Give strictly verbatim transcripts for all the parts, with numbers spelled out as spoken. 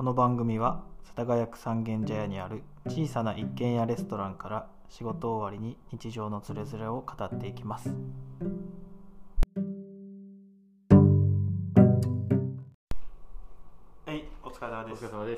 この番組は世田谷区三軒茶屋にある小さな一軒家レストランから仕事終わりに日常のつれづれを語っていきます。はい、お疲れ様です。 お疲れ様です。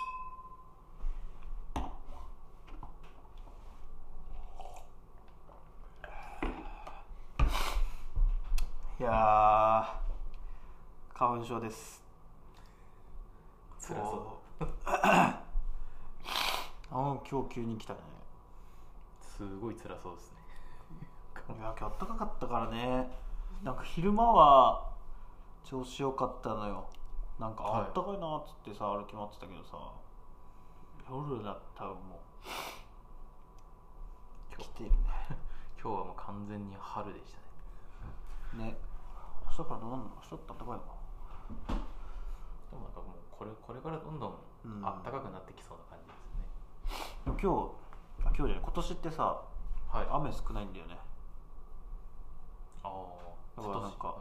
いやー、花粉症です。 辛そう。 あの今日急に来たね。 すごい辛そうですね。 いや今日暖かかったからね。なんか昼間は調子良かったのよ。なんかあったかいなっつってさ、歩き回ってたけどさ、夜だったらもう来てるね。 今日はもう完全に春でしたね。 ね。明日からどうなるの？明日って暖かいのかな。 でもなんかもうこれこれからどんどん暖かくなってきそうな感じですね。 でも今日あ今日じゃない今年ってさ、 はい、 雨少ないんだよね。 ああ、 だからなんか、はい、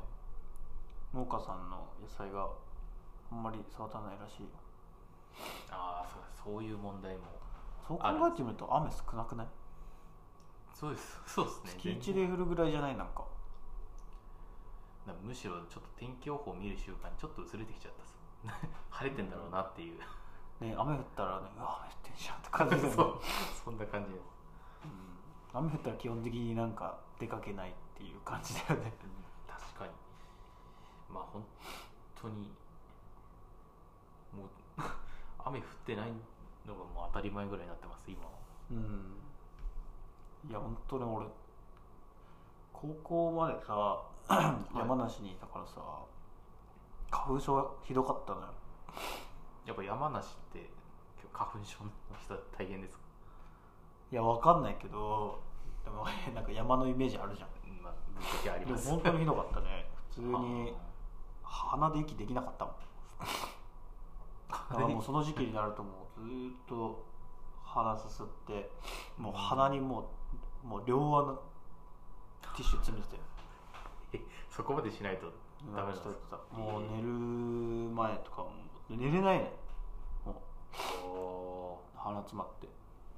農家さんの野菜があんまり育たないらしいよ。 ああ、そうそういう問題も。 そう考えてみると雨少なくない？ そうですそうですね。 月いちで降るぐらいじゃない？なんかなんかむしろちょっと天気予報を見る習慣にちょっと薄れてきちゃった晴れてんだろうなっていう、 うん、ね、雨降ったらね、うわ雨降ってんじゃんって感じでそうそんな感じです、 うん、雨降ったら基本的になんか出かけないっていう感じだよね、 うん、確かにまあ本当にもう雨降ってないのがもう当たり前ぐらいになってます今は。 うん。いや本当に俺高校までさ山梨にいたからさ、花粉症ひどかったのよ。 やっぱ山梨って花粉症の人は大変ですか？ いやわかんないけど、でもなんか山のイメージあるじゃん。 まあぶっちゃけあります。 でも本当にひどかったね。普通に鼻で息できなかったもん。だからもうその時期になるともうずーっと鼻すすって、もう鼻にもう、もう両輪のティッシュ詰めてたよ。 え、そこまでしないとダメなんですか？ もう寝る前とかも寝れないね。もう鼻詰まって。い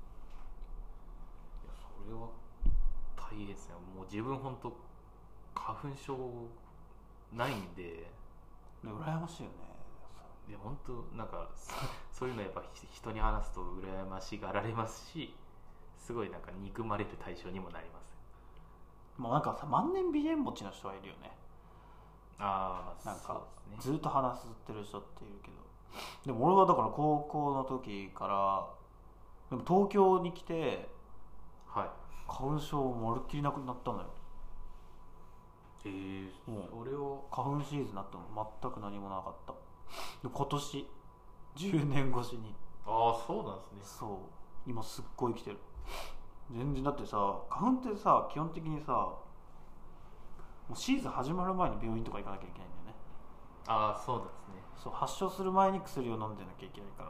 やそれは大変ですね。もう自分本当花粉症ないんで、 ね、羨ましいよね。 いや本当なんかそういうのやっぱ人に話すと羨ましがられますし、すごいなんか憎まれる対象にもなります。 まあなんかさ、万年鼻炎持ちの人はいるよね。 ああ、 なんかそうですね、 ずっと鼻すってる人っているけど、でも俺はだから高校の時からでも東京に来て、 はい、 花粉症もまるっきりなくなったのよ。 えー、もうそれを花粉シーズンになったの全く何もなかった。で今年じゅうねん越しに。 ああそうなんですね。 そう今すっごい来てる。全然だってさ、花粉ってさ基本的にさもうシーズン始まる前に病院とか行かなきゃいけないんだよね。 ああそうなんですね。 そう発症する前に薬を飲んでなきゃいけないから、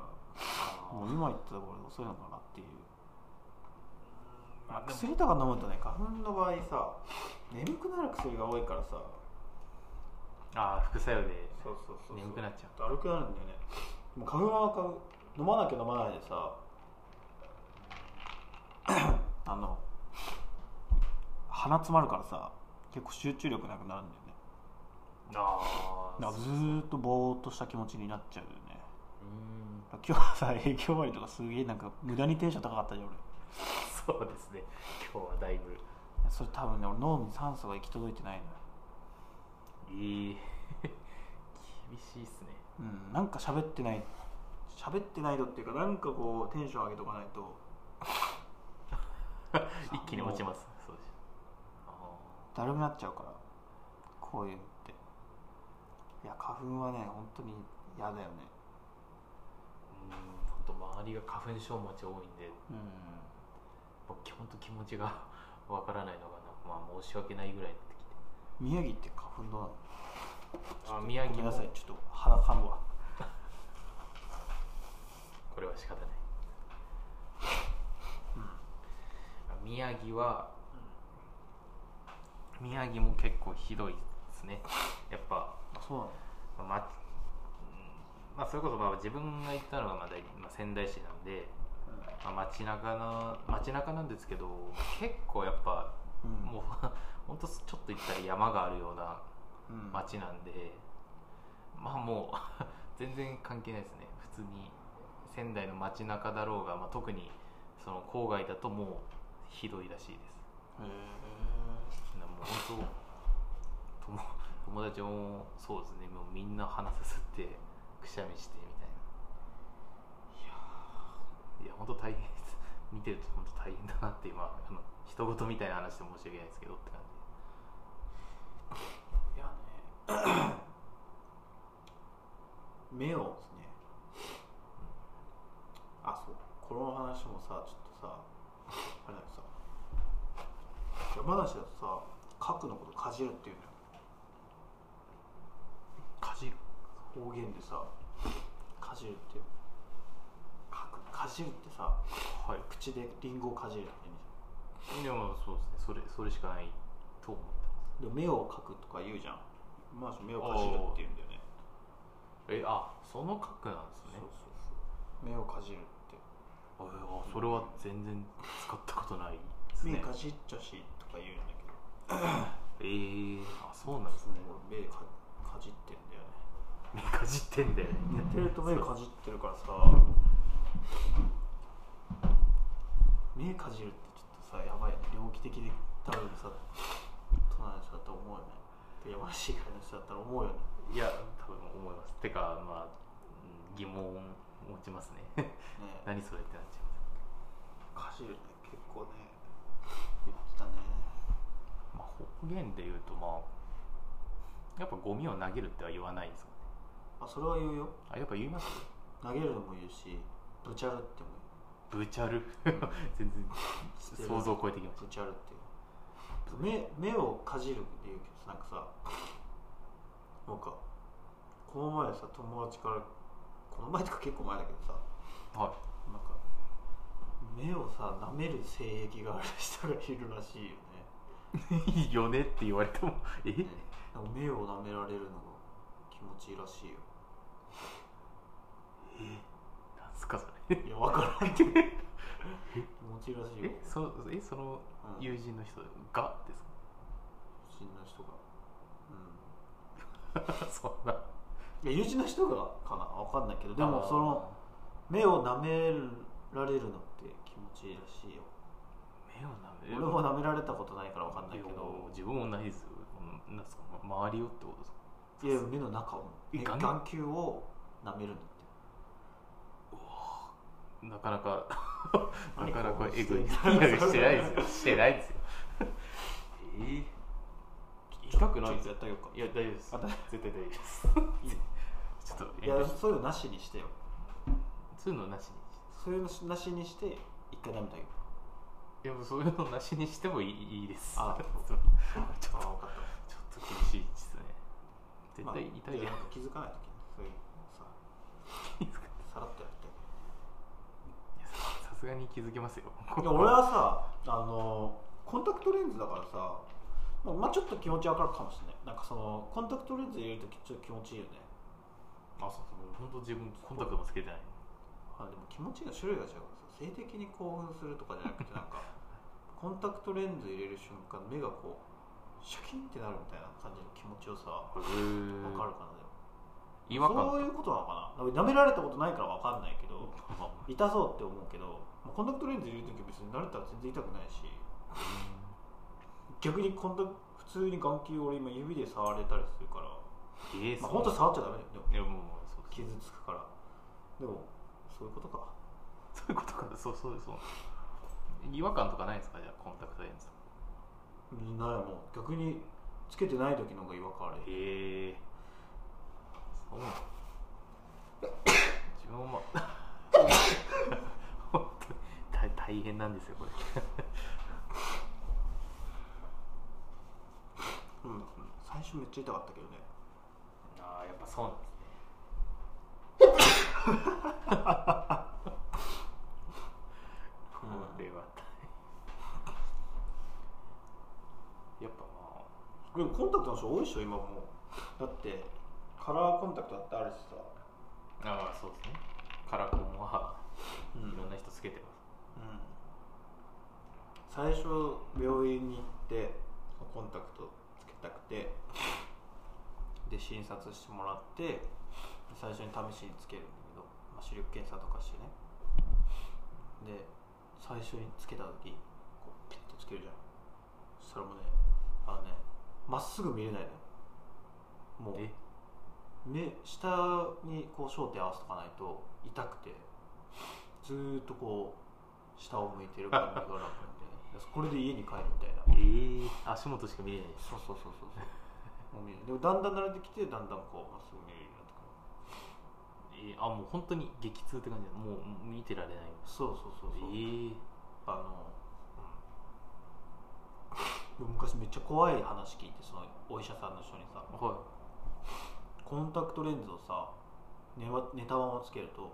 もう今言ったところで遅いのかなっていう。まあ、薬とか飲むとね、花粉の場合さ眠くなる薬が多いからさ、 ああ副作用で眠くなっちゃう。 だるくなるんだよね。もう花粉は花粉飲まなきゃ飲まないでさあの鼻詰まるからさ結構集中力なくなるんだよね。 ああずーっとぼーっとした気持ちになっちゃうよね。 うん、 今日はさ営業終わりとかすげえなんか無駄にテンション高かったじゃん俺。 そうですね、今日はだいぶそれ多分ね俺脳に酸素が行き届いてないのよ。 えー、厳しいっすね。 うん、なんか喋ってない喋ってないとっていうか、なんかこうテンション上げとかないと一気に落ちます。そうです。 だるくなっちゃうから、こういうのって。いや花粉はね本当に嫌だよね。 うん、本当周りが花粉症持ち多いんで、うん、僕本当気持ちがわからないのがなんか、まあ、申し訳ないぐらいになってきて。 宮城って花粉どうなの？ あ、宮城も。 ごめんなさい、ちょっと鼻かむわこれは仕方ない、うん、宮城は、うん、宮城も結構ひどいですね。やっぱそうなの、 まあ、 まあ、それこそまあ自分が行ったのがまだ、まあ、仙台市なんで、まあ、街中の街中なんですけど結構やっぱ、うん、もうほんとちょっと行ったら山があるような街なんで、うん、まあもう全然関係ないですね。普通に仙台の街中だろうが、まあ、特にその郊外だともうひどいらしいです。へえ。もう本当友友達もそうですね。もうみんな鼻すすってくしゃみしてみたいな。いやいや本当大変です。見てると本当大変だなって今あの人事みたいな話で申し訳ないですけどって感じ。いやね目をですね、うん、あそうこの話もさちょっとさあれだけどさ山梨だとさ核のことかじるっていうのよ。 かじる方言でさかじるっていうかじるってさ、はい、口でリンゴをかじるって意味じゃん。いやまあそうですね、それそれしかないと思ってます。 で目をかくとか言うじゃん。まあ目をかじるって言うんだよね。 えあその核なんですね。 そうそうそう目をかじるって。 あそれは全然使ったことないですね。 目かじっちゃしとか言うんだけどえー、あそうなんですね。 目かかじってんだよね。 目かじってんだよね。 寝てると目かじってるからさ目かじるってちょっとさやばいよね。猟奇的で多分さ都内の人だったら思うよね。山梨以外の人だったら思うよね。 いや多分思います。てかまあ疑問を持ちますね。ね何それってなっちゃいます。かじるね結構ね言ってたね。 まあ方言で言うとまあやっぱゴミを投げるっては言わないですもんね。 あそれは言うよ。 あやっぱ言います？ 投げるのも言うしぶちゃるっても言う。ぶちゃる全然想像を超えてきました。 ぶちゃるっていう目, 目をかじるって言うけどなんかさなんかこの前さ友達からこの前とか結構前だけどさ、はい、なんか目をさ舐める性癖がある人がいるらしいよね。いいよねって言われてもえ、ね、 目を舐められるのが気持ちいいらしいよ。 えなんすかそれ。 いや分からんけど気持ちいいらしいよ。 え そ, えその友人の人がですか？ 友人の人がうんそんないや友人の人がかな分かんないけどでもその目を舐められるのって気持ちいいらしいよ。 目を舐める。 俺も舐められたことないから分かんないけど自分もないですよ。なんですか周りをってことですか？ いや目の中を眼球を舐めるんだって。 なかなかなかなかエグい。いやしてないですよしてないですよ。えー、痛くないです。 やってあげようか。 いや大丈夫です。絶対大丈夫です。ちょっといやそういうのなしにしてよ。 そういうのなしにそういうのなしにして一回舐めてあげる。 いやそういうのなしにしてもい い, いいです。あちょっとちょっと厳しいですね。絶対痛いじゃん、まあ、 気づかないときにそういうささらっとやって。 さすがに気づけますよ。 いや俺はさあのコンタクトレンズだからさ、まあ、ちょっと気持ちわかるかもしれない。なんかそのコンタクトレンズ入れるときちょっと気持ちいいよね。 あそうそう本当自分コンタクトもつけてない。 あでも気持ちいいの種類が違うからさ性的に興奮するとかじゃなくてなんかコンタクトレンズ入れる瞬間目がこうシャキンってなるみたいな感じの気持ちよさわかるかな。でも違和感そういうことなのかな。舐められたことないからわかんないけど痛そうって思うけどコンタクトレンズ入れるとき別に慣れたら全然痛くないし逆にコンタ普通に眼球を俺今指で触れたりするから、えーまあ、本当は触っちゃダメだよ。でもいやもうそう傷つくから。でもそういうことか。 そういうことか。そうそうそう。違和感とかないですか？じゃあコンタクトレンズ。 ないもう逆につけてない時の方が違和感ある。 へえ。そうなの。自分もまあ本当に 大, 大変なんですよこれ。 うん、最初めっちゃ痛かったけどね。 ああやっぱそうなんですね。これはやっぱまあでもコンタクトの人多いでしょ今もう。だってカラーコンタクトだってあるしさ。 ああそうですね。カラコンはいろんな人つけてます、 うん、最初病院に行ってコンタクトつけたくてで診察してもらって最初に試しにつけるんだけど、まあ、視力検査とかしてねで最初につけた時こうピッとつけるじゃん。そしたらもうねあのねまっすぐ見れないのよ。もう目下にこう焦点合わせとかないと痛くてずーっとこう下を向いてる感じが楽なんでこれで家に帰るみたいな。 えー、足元しか見れないです。 そうそうそうそうもう見えない。でもだんだん慣れてきてだんだんこうまっすぐ見えるようになってくる。えー、あもう本当に激痛って感じでもう見てられない。 そうそうそうそう、 えー、 あの、うん、昔めっちゃ怖い話聞いてそのお医者さんの人にさ、はい、コンタクトレンズをさ寝わ寝たままつけると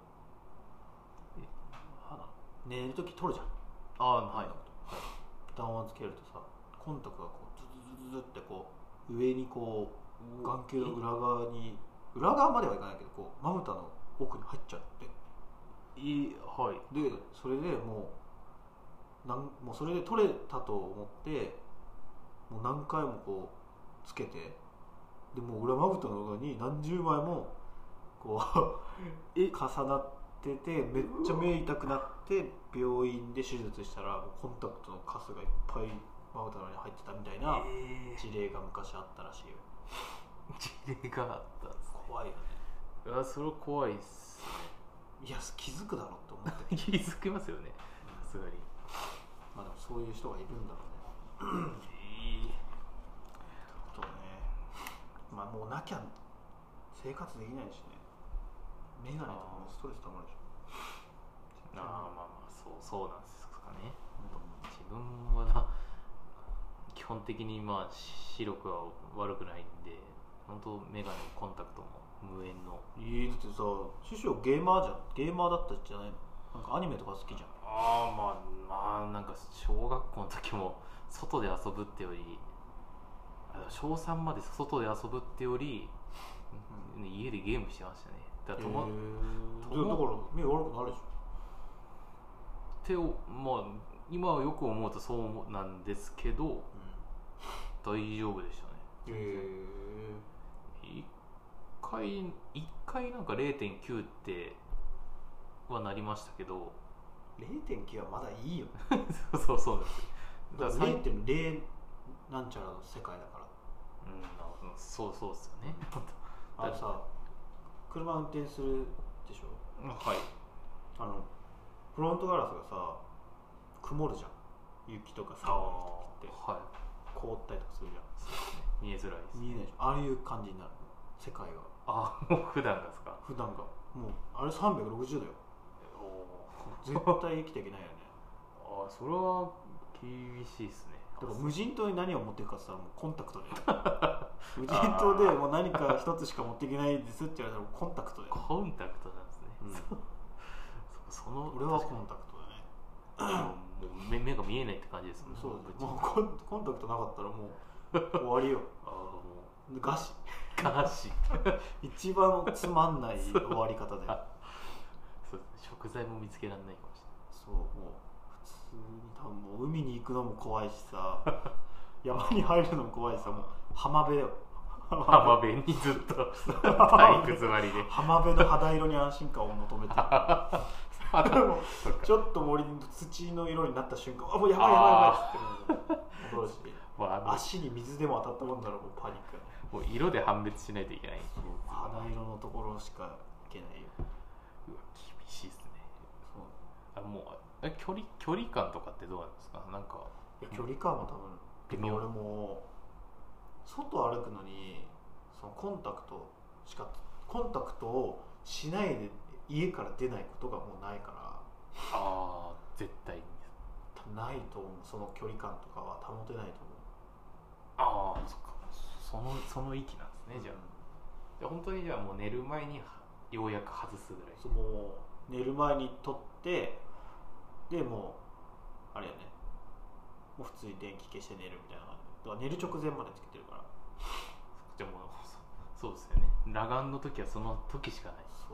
寝るとき取るじゃん。 ああはい、 寝たままつけるとさコンタクトがこうズズズズってこう上にこう眼球の裏側に裏側まではいかないけどこうまぶたの奥に入っちゃっていはいでそれでもうなんもうそれで取れたと思ってもう何回もこうつけてでもう裏まぶたの裏に何十枚もこうえ重なっててめっちゃ目痛くなって病院で手術したらコンタクトのカスがいっぱいまぶたの裏に入ってたみたいな事例が昔あったらしいよ。 事例があったんです、ね、 怖いよね。 いやそれは怖いっすね。 いや気づくだろうって思って気づきますよねさすがに。 まあでもそういう人がいるんだろうね。 いいとね、まあもうなきゃ生活できないしね。メガネとかもストレスたまるでしょ。 ああまあまあそうそうなんですかね、うん、自分はな基本的にまあ視力は悪くないんで本当メガネもコンタクトも無縁の。 いいだってさ師匠ゲーマーじゃん。ゲーマーだったじゃないの。なんかアニメとか好きじゃん。 ああまあまあなんか小学校の時も外で遊ぶってより小さんまで外で遊ぶってより、うん、家でゲームしてましたね。だから友達だから目悪くなるでしょってまあ今はよく思うとそうなんですけど、うん、大丈夫でしたね。へえ一回一回なんか れいてんきゅう ってはなりましたけどれいてんきゅう はまだいいよそうそうそうです。 だから れいてんれい なんちゃらの世界だから。 うんそうそうですよねあれさ車運転するでしょ。 はい。 あのフロントガラスがさ曇るじゃん。雪とかさって、はい、凍ったりとかするじゃん。 見えづらいです。 見えないでしょ。ああいう感じになる世界が。 あもう普段がですか。 普段がもうあれさんびゃくろくじゅうだよ。お絶対生きていけないよねあそれは厳しいですね。 だから無人島に何を持っていくかって言ったらもうコンタクトで無人島でもう何か一つしか持っていけないですって言われたらコンタクトで。 コンタクトなんですね、うん、そ, その俺はコンタクトだねもう 目, 目が見えないって感じですもんね。 そうだね。もうコ ン, コンタクトなかったらもう終わりよあもうガシガシ一番つまんない終わり方でそう食材も見つけられないかもしれない。 そうもう普通に多分もう海に行くのも怖いしさ山に入るのも怖いしさもう浜辺だよ。 浜辺にずっと体育座りで浜辺の肌色に安心感を求めてるもちょっと森の土の色になった瞬間あもうやばいやばいやばいって驚くし足に水でも当たったもんだろうもうパニック、ね、 もう色で判別しないといけない。 肌色のところしかいけないよ。 うわ厳しいですね。そうあもうえ距離距離感とかってどうなんですか。なんかいや距離感は多分微妙。俺も外歩くのにそのコンタクトしかコンタクトをしないで家から出ないことがもうないから。 ああ絶対にないと思う。その距離感とかは保てないと思う。 ああそっかそのその域なんですね、うん、じゃあじゃあ本当にじゃあもう寝る前にようやく外すぐらい。 そうもう寝る前に取ってでもうあれやねもう普通に電気消して寝るみたいな感じ。だから寝る直前までつけてるから。 じゃあもうそうですよね。裸眼の時はその時しかない。 そう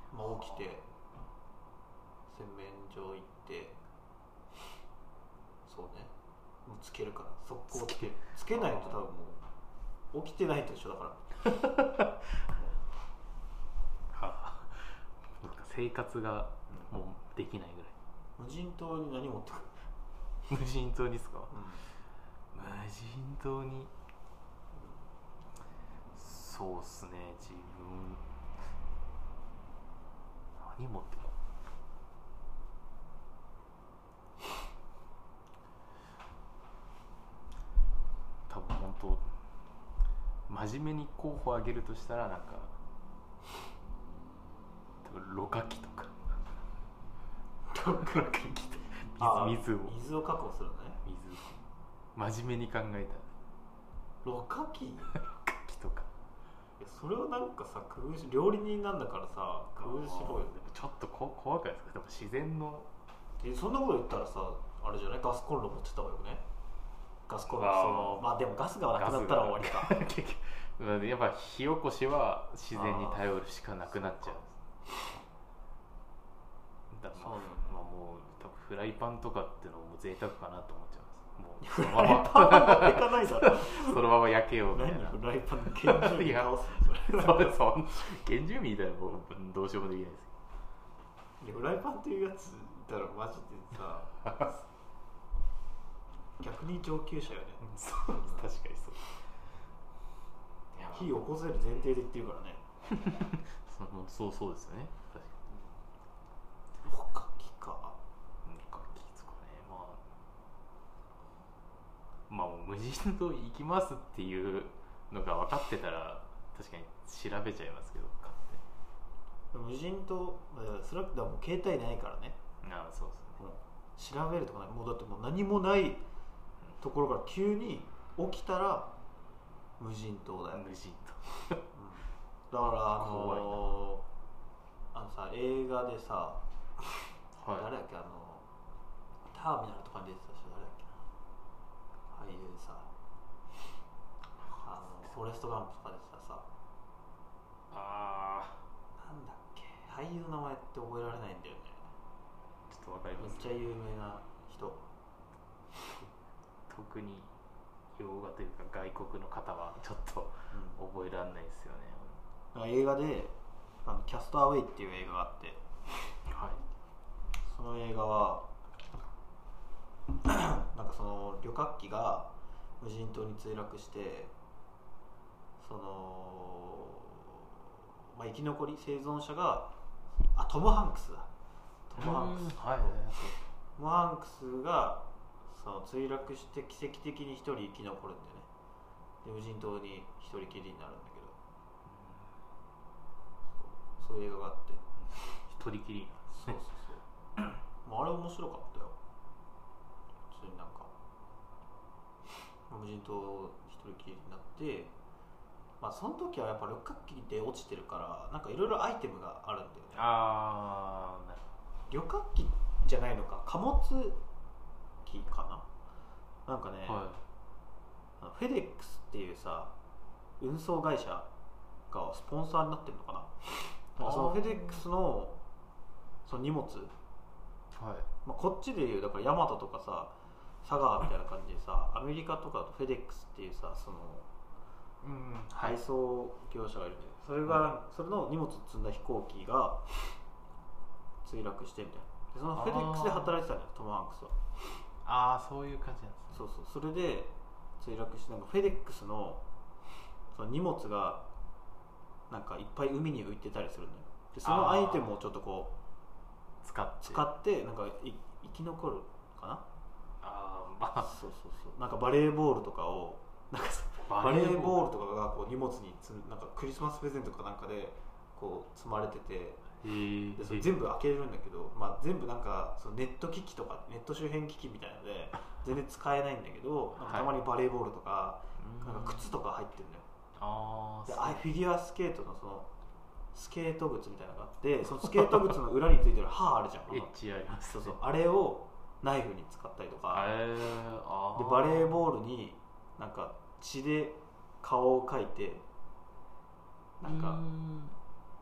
まあ、起きて洗面所行ってそうねもうつけるから速攻つけつけないと多分もう起きてないと一緒だからはあ、なんか生活がもうできないぐらい、 無人島に何持ってくる無人島にですか、 うん、 無人島にそうっすね自分何持ってくる多分本当真面目に候補あげるとしたらなんか多分ろ過器とかろ過器と水水を水を確保するのね水真面目に考えたらろ過器ろ過器とかいやそれをなんかさ工夫し料理人なんだからさ工夫しろよちょっとこ怖くないですかでも自然のえそんなこと言ったらさあれじゃないガスコンロ持ってた方がよくねガスコンロあそのまあでもガスがなくなったら終わりか結局やっぱ火起こしは自然に頼るしかなくなっちゃうだからまあ、まあ、もう多分フライパンとかっていうのも贅沢かなと思っちゃいますもうそのままフライパンは持ってかないだろそのまま焼けようみたいな何フライパンで拳銃に倒すのそれそうそう拳銃みたいなもうどうしようもできないですいやフライパンっていうやつだろマジでさ逆に上級者よねそう確かにそう火起こせる前提で言ってるからねそうそうですよね確かにろ過器かろ過器ですかねまあまあもう無人島行きますっていうのが分かってたら確かに調べちゃいますけど勝手に無人島それはもう携帯ないからねああそうですね調べるとかないもうだってもう何もないところから急に起きたら無人島だよ、 無人島、うん、だからあのー、あのさ映画でさ、はい、誰だっけあのターミナルとかに出てた人誰だっけな俳優でさあのフォレストガンプとか出てたさあなんだっけ俳優の名前って覚えられないんだよねちょっとわかります、 めっちゃ有名な人特に洋画というか外国の方はちょっと覚えられないですよね、 うん、映画であのキャストアウェイっていう映画があって、はい、その映画はなんかその旅客機が無人島に墜落してその、まあ、生き残り生存者があトム・ハンクスだトム・ハンクス、はい、トム・ハンクスがその墜落して奇跡的に一人生き残るんだよねで無人島に一人きりになるんだけどそう、そういう映画があって一人きりそうそうそうまああれ面白かったよ普通になんか無人島一人きりになってまあその時はやっぱ旅客機で落ちてるからなんかいろいろアイテムがあるんだよねああ旅客機じゃないのか貨物機かななんかね、はい、フェデックスっていうさ運送会社がスポンサーになってるのかななんかそのフェデックスのその荷物、はいまあ、こっちでいうだからヤマトとかさ佐川みたいな感じでさアメリカとかだとフェデックスっていうさその、うん、配送業者がいるんでそれが、うん、それの荷物積んだ飛行機が墜落してみたいなでそのフェデックスで働いてたんだよトム・ハンクスはああそういう感じなんですねそうそうそれで墜落してなんかフェデックスのその荷物がなんかいっぱい海に浮いてたりするのよでそのアイテムをちょっとこう使って使ってなんかい生き残るかなああまあそうそうそうなんかバレーボールとかをなんかバレーボールとかがこう荷物につなんかクリスマスプレゼントかなんかでこう積まれててでそれ全部開けれるんだけど、まあ、全部なんかそのネット機器とかネット周辺機器みたいなので全然使えないんだけどなんかたまにバレーボールとか、はい、なんか靴とか入ってるんだよあであフィギュアスケートのそのスケート靴みたいなのがあってそのスケート靴の裏についてる刃あるじゃんエッジあります、 ね、そうそうあれをナイフに使ったりとか、 えー、 でバレーボールになんか血で顔を描いてなんか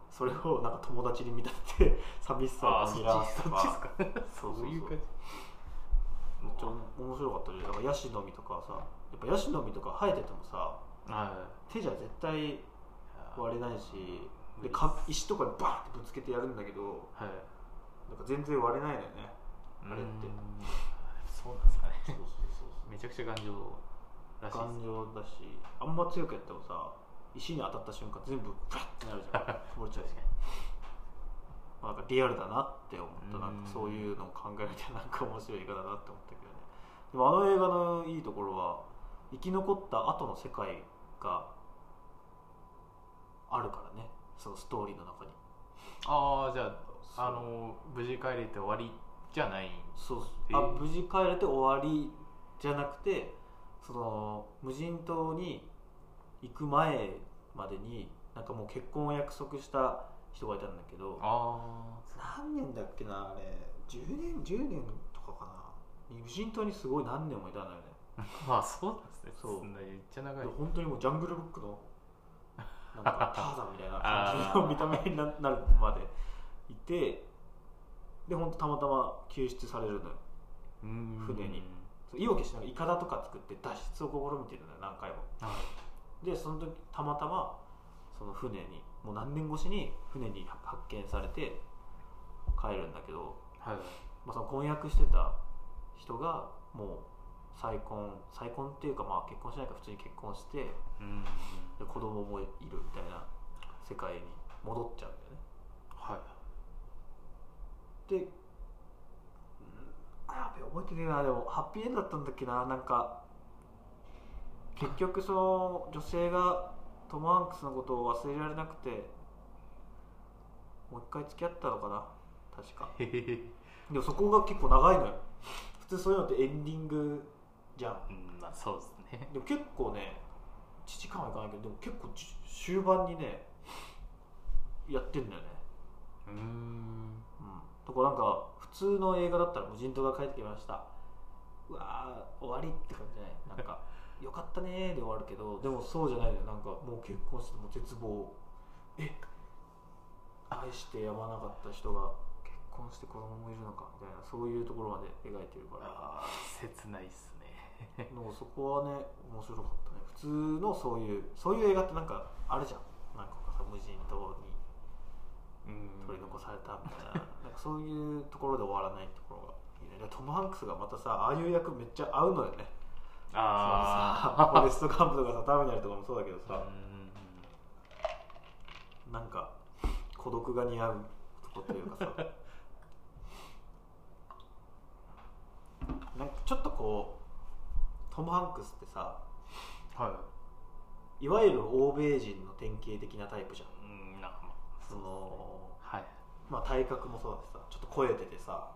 それをなんか友達に見立てて寂しさを紛らわすとか、 そっちそっちですかそうそうそう、 いう感じ。 めっちゃ面白かったで、だからヤシの実とかさ、やっぱヤシの実とか生えててもさ、 は手じゃ絶対割れないし、でか石とかにバーンってぶつけてやるんだけど、 いはい。 なんか全然割れないのよね、あれって。 そうなんですかね。 そうそうそうそう、 めちゃくちゃ頑丈らしいです。 頑丈だし、あんま強くやってもさ、石に当たった瞬間全部フラッてなるじゃん、こぼれちゃうし。なんかリアルだなって思った。なんかそういうのを考えるとなんか面白い映画だなって思ったけどね。でもあの映画のいいところは生き残った後の世界があるからね、そのストーリーの中に。 ああ、じゃあ、あの無事帰れて終わりじゃない。 そうあ、無事帰れて終わりじゃなくて、その無人島に行く前までになんかもう結婚を約束した人がいたんだけど、 あ何年だっけな、あれじゅうねんじゅうねんとかかな、無人島にすごい何年もいたのよね。 まあそうなんですね。 そう、 めっちゃ長い。 本当にもうジャングルブックのなんかターザンみたいな感じの見た目になるまでいて、で本当たまたま救出されるのよ、船に。意を決してなんかイカダとか作って脱出を試みてるのよ、何回も。 はい、 でその時たまたまその船にもう何年越しに船に発見されて帰るんだけど、 はい、 まあ、その婚約してた人がもう再婚再婚っていうか、まあ結婚しないから普通に結婚して、うん、で子供もいるみたいな世界に戻っちゃうんだよね。 はい。 で、あ、やべ覚えてねえな、でもハッピーエンドだったんだっけな。なんか結局その女性がトム・ハンクスのことを忘れられなくてもう一回付き合ったのかな、確か。でもそこが結構長いのよ。普通そういうのってエンディングじゃん、 うん、まあそうですね。 でも結構ね、いちじかんはいかないけど、でも結構終盤にねやってんだよね。うーん、うん、だからなんか普通の映画だったら無人島が帰ってきました、うわー終わりって感じじゃない、なんかよかったねーで終わるけど、でもそうじゃないのよ。なんかもう結婚しても絶望、え愛してやまなかった人が結婚して子供もいるのかみたいな、そういうところまで描いてるから、 あ切ないっすね。 のそこはね面白かったね。普通のそういうそういう映画ってなんかあるじゃん、なんかさ無人島に取り残されたみたいな、なんかそういうところで終わらないところがいいね。でトム・ハンクスがまたさ、ああいう役めっちゃ合うのよね。ああ、フォレストカンプとかさ、ターミナルとかもそうだけどさ、うん、なんか孤独が似合うとこというかさなんかちょっとこうトム・ハンクスってさ、はい、いわゆる欧米人の典型的なタイプじゃん。うん、なんかその、はい、まあ体格もそうだしさ、ちょっと肥えててさ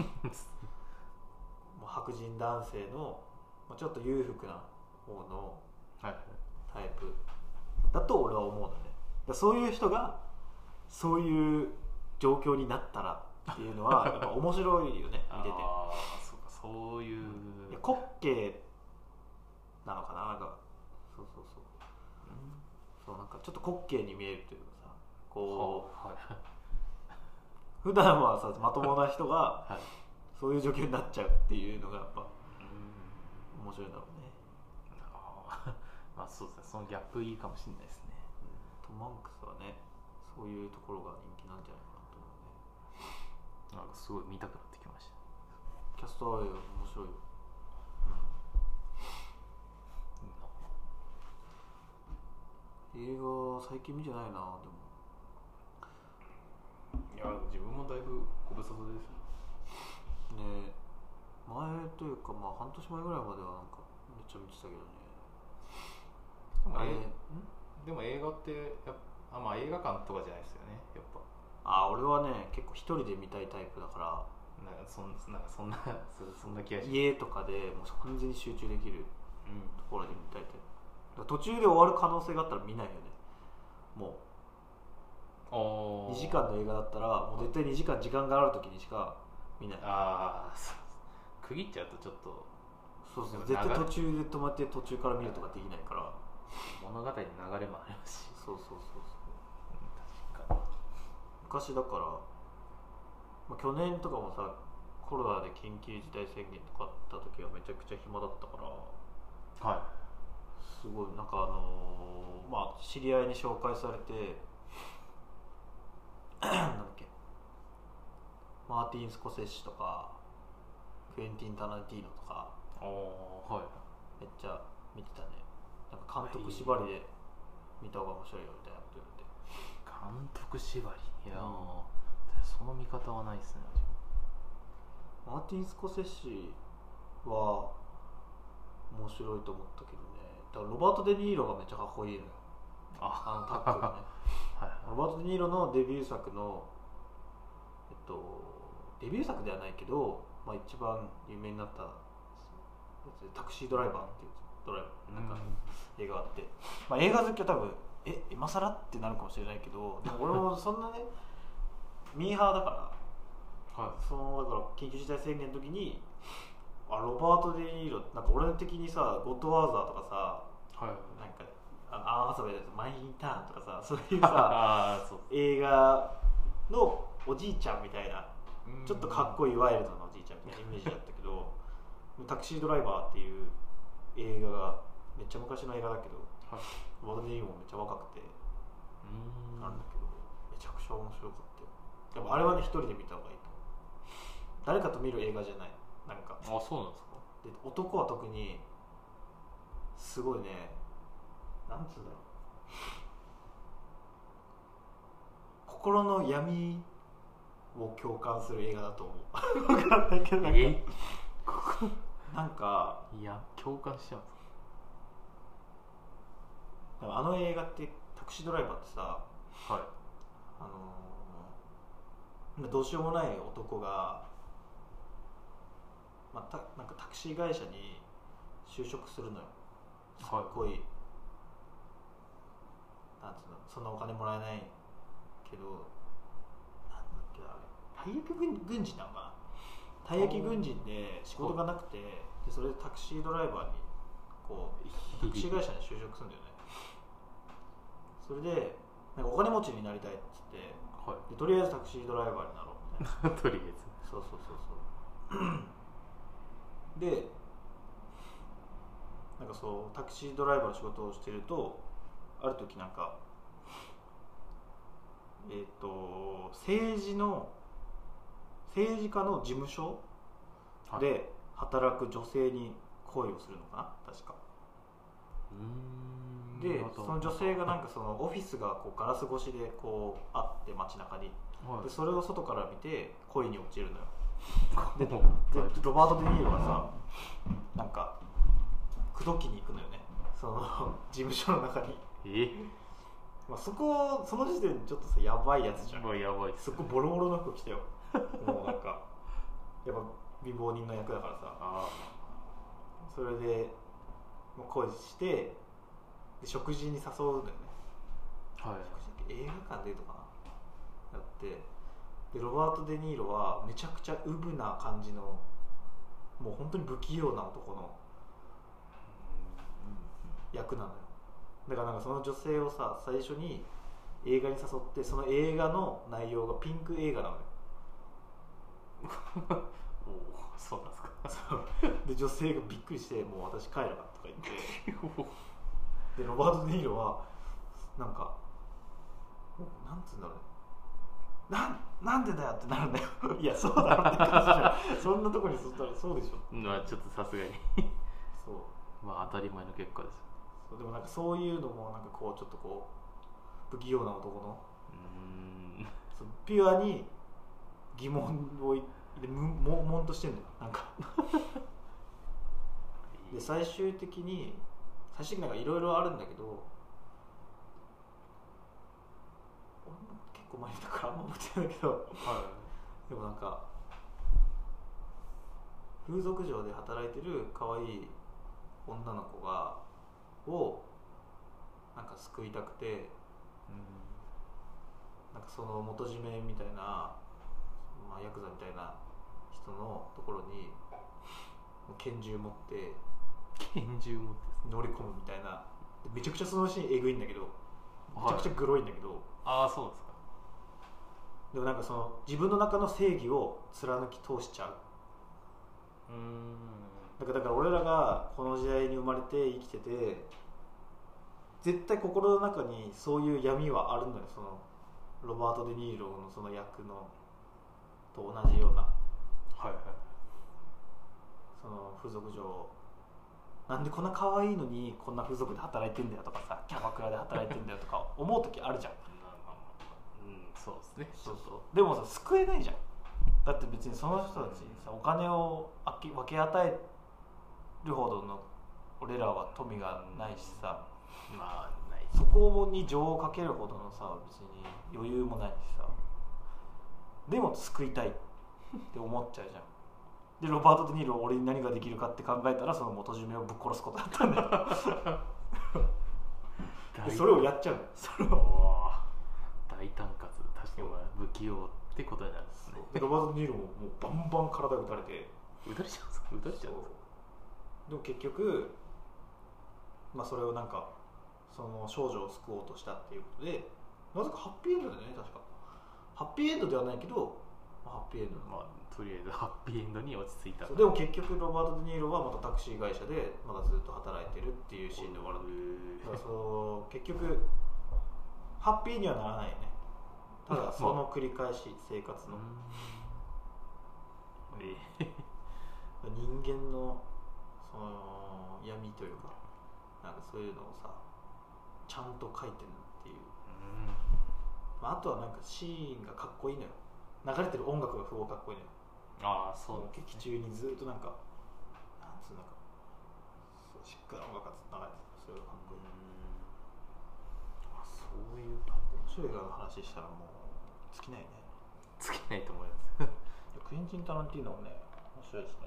もう白人男性のちょっと裕福な方のタイプだと俺は思うのね。だそういう人がそういう状況になったらっていうのはやっぱ面白いよね見てて。 ああ、そうか、そういう、 いや滑稽なのかな、なんかそうそうそう、うん、そうなんかちょっと滑稽に見えるというかさ、こう、はい、普段はさまともな人がそういう状況になっちゃうっていうのがやっぱ、うん、面白いだろうね。 あまあそうですね、そのギャップいいかもしれないですね、 うん、トム・ハンクスはねそういうところが人気なんじゃないかなと思うね。 なんかすごい見たくなってきました。 キャストは面白いよ、うん、映画最近見てないな。でもいや自分もだいぶご無沙汰ですね。前というかまあ半年前ぐらいまではなんかめっちゃ見てたけどね。 でも、えー、でも映画ってやっぱあ、まあ、映画館とかじゃないですよねやっぱ。 あ、俺はね結構一人で見たいタイプだから、 なんかそんなんかそんなそんな気がします。 家とかでもう完全に集中できるところで見たいタイプ、うん、だから途中で終わる可能性があったら見ないよね。もうにじかんの映画だったらもう絶対にじかん時間がある時にしか見ない。 ああ、そう区切っちゃうとちょっとそうそう、絶対途中で止まって途中から見るとかできないから、 物語の流れもありますし。 そうそうそうそう、 確かに昔だから、まあ、去年とかもさコロナで緊急事態宣言とかあった時はめちゃくちゃ暇だったから、 はい、 すごいなんかあのー、まあ知り合いに紹介されてなんだっけマーティン・スコセッシとかクエンティン・タランティーノとか、 はい、 めっちゃ見てたね。なんか監督縛りで見た方が面白いよみたいなこと言われて。 監督縛り、いや、うん、その見方はないですね。 マーティン・スコセッシは面白いと思ったけどね。だからロバート・デ・ニーロがめっちゃかっこいいのよ。あのタッグがねはい、はい、ロバート・デ・ニーロのデビュー作のえっとデビュー作ではないけど、まあ、一番有名になったやつタクシードライバーっていうドライバーなんか映画があって、まあ、映画好きは多分え今更ってなるかもしれないけど、でも俺もそんなねミーハーだから、はい、そのだから緊急事態宣言の時にあロバート・デ・ニーロなんか俺的にさゴッドワーザーとかさ、はい、なんかあのアン・ハサウェイだとマイ・インターンとかさそういうさそう映画のおじいちゃんみたいなちょっとかっこいいワイルドなおじいちゃんみたいなイメージだったけどタクシードライバーっていう映画がめっちゃ昔の映画だけど、はい、ロバート・デ・ニーロもめっちゃ若くてなんだけどめちゃくちゃ面白かったよ。でもあれはね一人で見た方がいいと思う。誰かと見る映画じゃない。なんかあそうなんですか。 で男は特にすごいねなんつうんだろう心の闇を共感する映画だと思う分かんないけどなんかえなんかいや共感しちゃうんですか。あの映画ってタクシードライバーってさ、はい、あのー、どうしようもない男が、まあ、たなんかタクシー会社に就職するのよ。すっごい、はい、なんつうのそんなお金もらえないけどなんだっけあれ退役軍人なのかな。退役軍人で仕事がなくてでそれでタクシードライバーにこうタクシー会社に就職するんだよね。それでなんかお金持ちになりたいっつって、はい、でとりあえずタクシードライバーになろうみたいなとりあえずそうそうそうそうでなんかそうタクシードライバーの仕事をしてるとある時なんかえっ、ー、と政治の政治家の事務所で働く女性に恋をするのかな確か。うーんでその女性がなんかそのオフィスがこうガラス越しでこうあって街中に、はい、でそれを外から見て恋に落ちるのよででロバート・デ・ニーロがさなんか口説きに行くのよねその事務所の中にえ、まあ、そこその時点でちょっとさやばいやつじゃん。 やばいっすね。 そこボロボロの服着てよもうなんかやっぱ貧乏人の役だからさあそれでもう恋してで食事に誘うんだよね、はい、食事映画館でとかなやってでロバート・デ・ニーロはめちゃくちゃウブな感じのもう本当に不器用な男の役なのよ。だからなんかその女性をさ最初に映画に誘ってその映画の内容がピンク映画なのよおおそうなんですか。 そうで女性がびっくりしてもう私帰るわとか言ってでロバート・デ・ニーロはなんかなんつうんだろうねな, なんでだよってなるんだよいやそうだろって感じじゃんそんなとこにそったらそうでしょまあちょっとさすがにそうまあ当たり前の結果ですよ。 そうでもなんかそういうのもなんかこうちょっとこう不器用な男のうーんそうピュアに疑問をで悶々としてんのよなんかで最終的に最終的になんかいろいろあるんだけど俺も結構前だからあんま覚えてないけど、はい、でもなんか風俗嬢で働いてる可愛い女の子がをなんか救いたくて、うん、なんかその元締めみたいな、まあ、ヤクザみたいな人のところに拳銃持って拳銃持って乗り込むみたいなめちゃくちゃそのシーンエグいんだけどめちゃくちゃグロいんだけど、 はい、ああそうですか。 でもなんかその自分の中の正義を貫き通しちゃう。 うーんだからだから俺らがこの時代に生まれて生きてて絶対心の中にそういう闇はあるのよ。そのロバート・デ・ニーロのその役のと同じような、 はいはい、 その風俗嬢なんでこんな可愛いのにこんな風俗で働いてんだよとかさ、キャバクラで働いてんだよとか思う時あるじゃん。 うん、そうですね。 そうそうでもさ救えないじゃん。だって別にその人たちにさお金を分け与えるほどの俺らは富がないしさ、 まあないそこに情をかけるほどのさ別に余裕もないしさ、でも救いたいって思っちゃうじゃん。でロバート・デ・ニーロ俺に何ができるかって考えたらその元締めをぶっ殺すことだったんだよでそれをやっちゃうの。それを大胆かつ確かに不器用ってことになるんですね。 でロバート・デ・ニーロももうバンバン体打たれて打たれちゃうんですか。打たれちゃうんですか。 でも結局まあそれをなんかその少女を救おうとしたっていうことでなぜかハッピーエンドだよね確か。ハッピーエンドではないけど、まあ、ハッピーエンド、 まあ、とりあえずハッピーエンドに落ち着いた。 でも結局ロバート・デ・ニーロはまたタクシー会社でまだずっと働いてるっていうシーンで終わる。だからそう結局ハッピーにはならないよね。ただその繰り返し生活の、 え人間のその闇というかなんかそういうのをさちゃんと書いてるっていう、うんまあ、あとはなんかシーンがかっこいいのよ。流れてる音楽がすごいかっこいいのよ。 ああそう、 劇中にずっとなんかなんつうのかそうしっかり音楽が流れてる。それがかっこいい。 あそういう感じ。 面白い映画の話したらもう尽きないね。 尽きないと思いますクエンティン・タランティーノもね面白いですね。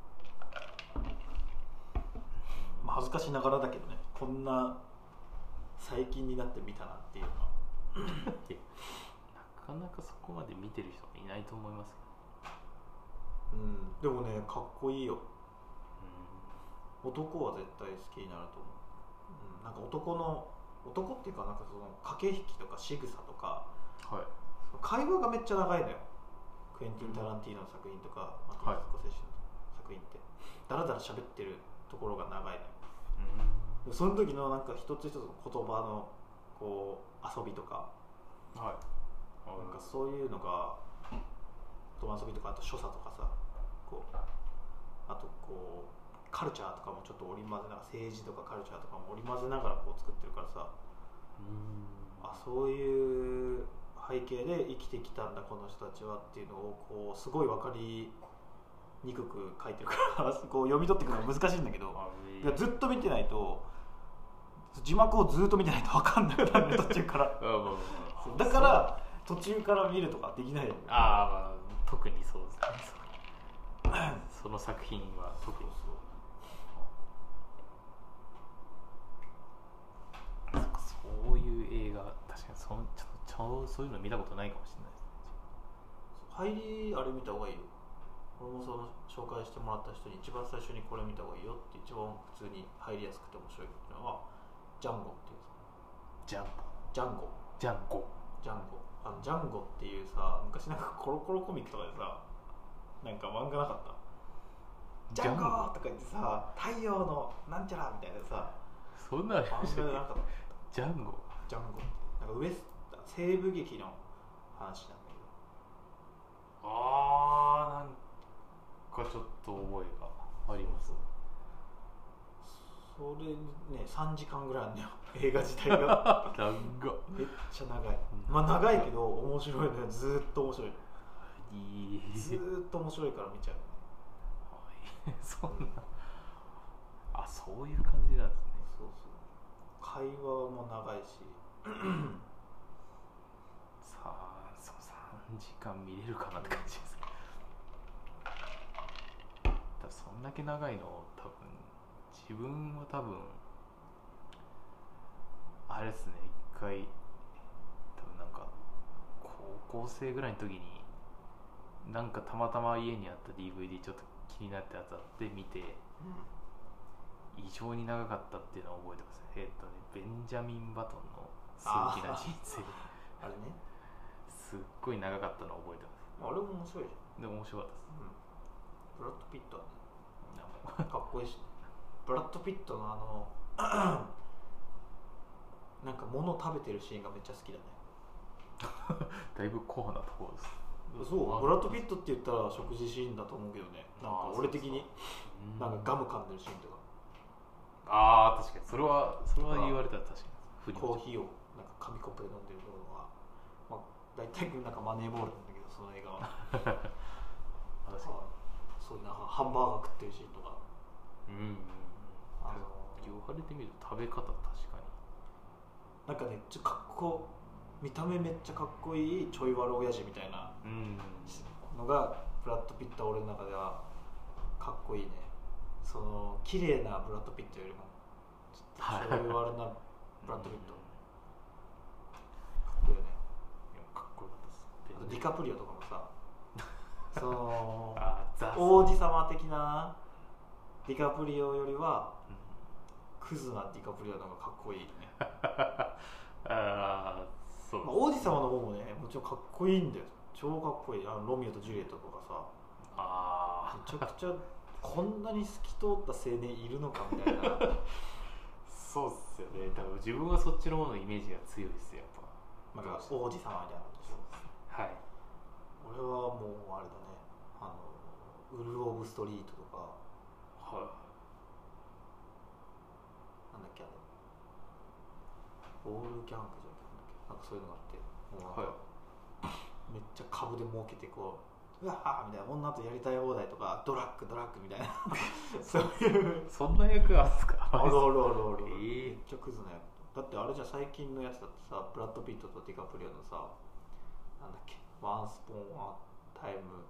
まあ恥ずかしながらだけどねこんな最近になって見たなっていうのはなかなかそこまで見てる人いないと思いますけど、うん、でもねかっこいいよ、 うん、 男は絶対好きになると思う、うん、なんか男の男っていうかなんかその駆け引きとか仕草とか、 はい、 会話がめっちゃ長いのよ。クエンティン・タランティーノの作品とかマティス・スコセッシの作品ってだらだら喋ってるところが長いのよ、うん、その時のなんか一つ一つの言葉のこう遊びとか、 はい、 なんかそういうのが言葉遊びとかあと所作とかさこうあとこうカルチャーとかもちょっと織り交ぜながら政治とかカルチャーとかも織り交ぜながらこう作ってるからさ、うんあそういう背景で生きてきたんだこの人たちはっていうのをこうすごい分かりにくく書いてるからこう読み取っていくのが難しいんだけどいやずっと見てないと字幕をずっと見てないと分かんなくなるね途中からだから途中から見るとかできないよ。 あ、まあ特にそうですねその作品は特にそうそういう映画確かにそのちょっとちょそういうの見たことないかもしれないです入りあれ見た方がいいよ。俺もその紹介してもらった人に一番最初にこれ見た方がいいよって一番普通に入りやすくて面白いっていうのはジャンゴっていうジャンジャンゴジャンゴジャンゴあのジャンゴっていうさ昔なんかコロコロコミックとかでさなんか漫画なかったジャンゴとか言ってさ太陽のなんちゃらみたいなさそんな漫画でなかったジャンゴジャンゴなんかウエス西部劇の話なんだけどあーなんかちょっと覚えがあります。 それねさんじかんぐらいあるんだよ映画自体が長めっちゃ長いまあ長いけど面白いのよずーっと面白いいいずーっと面白いから見ちゃうそんなあそういう感じなんですね。 そうそう会話も長いしさあそうさんじかん見れるかなって感じですねだそんだけ長いの多分自分は多分あれですね一回多分なんか高校生ぐらいの時になんかたまたま家にあった ディーブイディー ちょっと気になったやつあって見て、うん異常に長かったっていうのを覚えてます。えっとね、ベンジャミン・バトンの数奇な人生あれね数すっごい長かったのを覚えてます。 あれも面白いじゃん。でも面白かったです、 うん、ブラッド・ピットはねかっこいいし、ね、ブラッド・ピットのあのなんか物食べてるシーンがめっちゃ好きだねだいぶコアなところです。 そうブラッド・ピットって言ったら食事シーンだと思うけどね、なんか俺的になんかガム噛んでるシーンとか、 ああ確かにそれはそれは言われたら確かにコーヒーをなんか紙コップで飲んでるのが、まあ、大体なんかマネーボールなんだけどその映画は確かにそういうなんかハンバーガー食ってるシーンとか、 うんうんあの言われてみると食べ方確かになんかねちょっとかっこ見た目めっちゃかっこいいちょい悪親父みたいなのがブラッド・ピットは俺の中ではかっこいいね。その綺麗なブラッド・ピットよりもちょっとちょい悪なブラッド・ピットかっこいいよね。 かっこよかったです。 あとディカプリオとかもさそのあ王子様的なディカプリオよりは、うん、クズなディカプリオの方がかっこいいねあそう、 まあ、王子様の方もねもちろんかっこいいんだよ。超かっこいい。あのロミオとジュリエットとかさあめちゃくちゃこんなに透き通った青年いるのかみたいなそうっすよね。多分自分はそっちの方のイメージが強いですよやっぱ、 まあ、王子様みたいなでしょ。 はい俺はもうあれだね、あのウルフ・オブ・ストリートとか、 はい、 なんだっけあれオールキャンプじゃなくてなんかそういうのがあってもうなんか、はい、めっちゃ株で儲けてこううわーみたいな女とやりたい放題とかドラッグドラッグみたいなそういうそんな役あるんすか。 あるあるあるある、 えー、 めっちゃクズな役だってあれじゃ最近のやつだってさブラッド・ピットとディカプリオのさなんだっけワンスポーンアタイム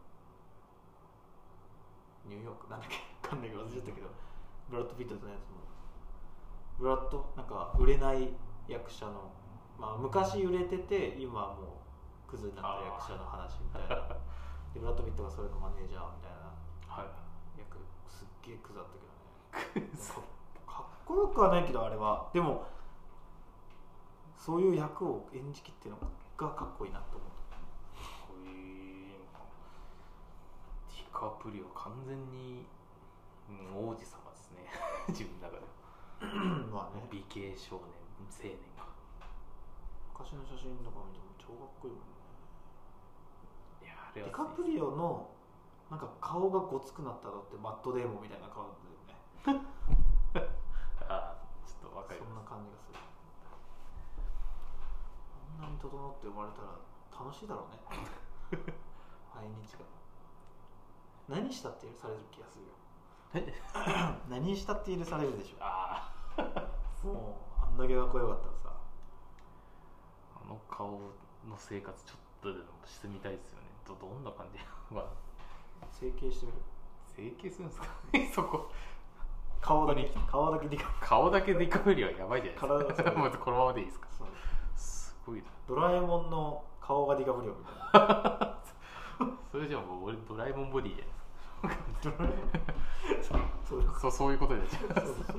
ニューヨークなんだっけわかんないけど忘れちゃったけどブラッド・ピットのやつもブラッドなんか売れない役者の、まあ、昔売れてて今はもうクズになった役者の話みたいなでブラッド・ピットがそれのマネージャーみたいな役すっげえクズだったけどねかっこよくはないけどあれはでもそういう役を演じきってるのがかっこいいなと思う。 こういうディカプリオ完全に、うん、王子様ですね自分の中でまあね美形少年青年が昔の写真とか見ても超かっこいいもんね。 いやあれはディカプリオのなんか顔がごつくなったのってマットデーモンみたいな顔だったよねああちょっと分かります。 そんな感じがする。こんなに整って生まれたら楽しいだろうね毎日が何したって許される気がするよ何したって許されるでしょ。ああもうあんだけかっこよかったらさあの顔の生活ちょっとでもしてみたいですよね。 ど, どんな感じまあ整形してみる。 整形するんですかそこ顔だけ顔だけディカ顔だけディカプリオはやばいじゃないですかもうこのままでいいですか。すごいな。 ドラえもんの顔がディカプリオみたいなそれじゃもう俺ドラえもんボディじゃないですかそういうそうそういうことになっちゃう。 そうそう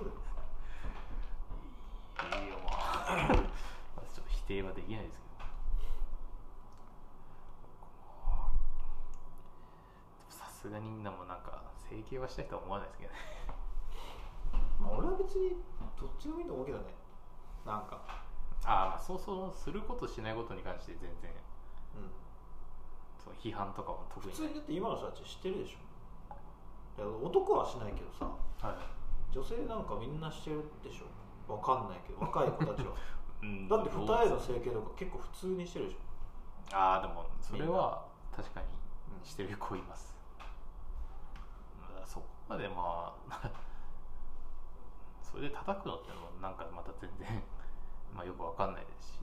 いいよまあちょっと否定はできないですけどさすがにみんなもなんか整形はしたいとは思わないですけどねまあ俺は別にどっちでもいいと思うけどね。なんかああそうそうすることしないことに関して全然、うん、そう批判とかも特に普通にだって今の人たち知ってるでしょ。いや男はしないけどさ、はい、女性なんかみんなしてるでしょ。わかんないけど若い子たちは、うん、だって二重の整形とか結構普通にしてるでしょ。 ああでもそれは確かにしてる子います、うん、そこまでまあそれで叩くのってのもなんかまた全然まあよくわかんないですし。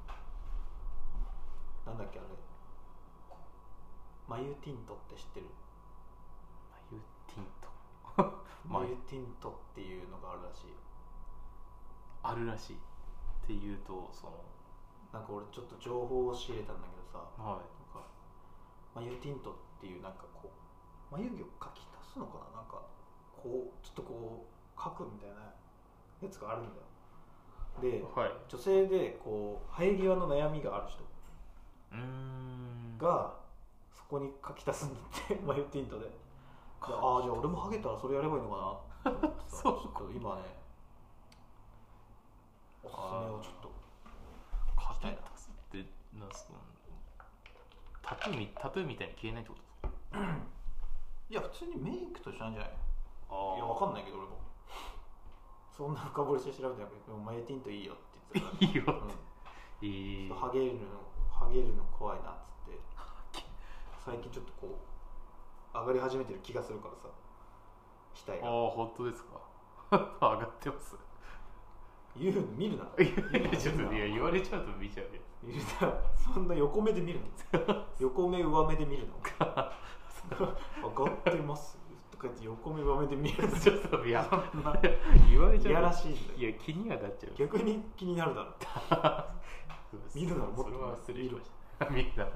なんだっけあれマユティントって知ってる。 マユティントマユティントっていうのがあるらしい。 あるらしいっていうとそのなんか俺ちょっと情報を仕入れたんだけどさ、 はい、なんかマユティントっていうなんかこう眉毛を描き足すのかな、なんかこうちょっとこう描くみたいなやつがあるんだよ。で、はい、女性でこう生え際の悩みがある人うーんがそこに書き足すんだってマヨティントで。ああじゃあ俺もハゲたらそれやればいいのかなって思ってさそうちょっと今ねおすすめをちょっと書き足すってなんすか、タトゥーみタトゥーみたいに消えないってことですか？ いや普通にメイクと一緒なんじゃない？ あいやわかんないけど俺もそんな深掘りして調べてなくて、でもマヨティントいいよって言ってたいいよって、 うん、 いいハゲるのハゲるの怖いなっつって最近ちょっとこう上がり始めてる気がするからさ、額が。 ああ本当ですか？上がってます。 言う見るな。 いやちょっといや言われちゃうと見ちゃうけど。 見るな。そんな横目で見るの？横目上目で見るの？上がってますとか言って横目上目で見るの？ ちょっといや言われちゃう。 いやらしいんだよ。 いや気にはなっちゃう。 逆に気になるだろ。見るならもっとそれは失礼し見るました。見るな。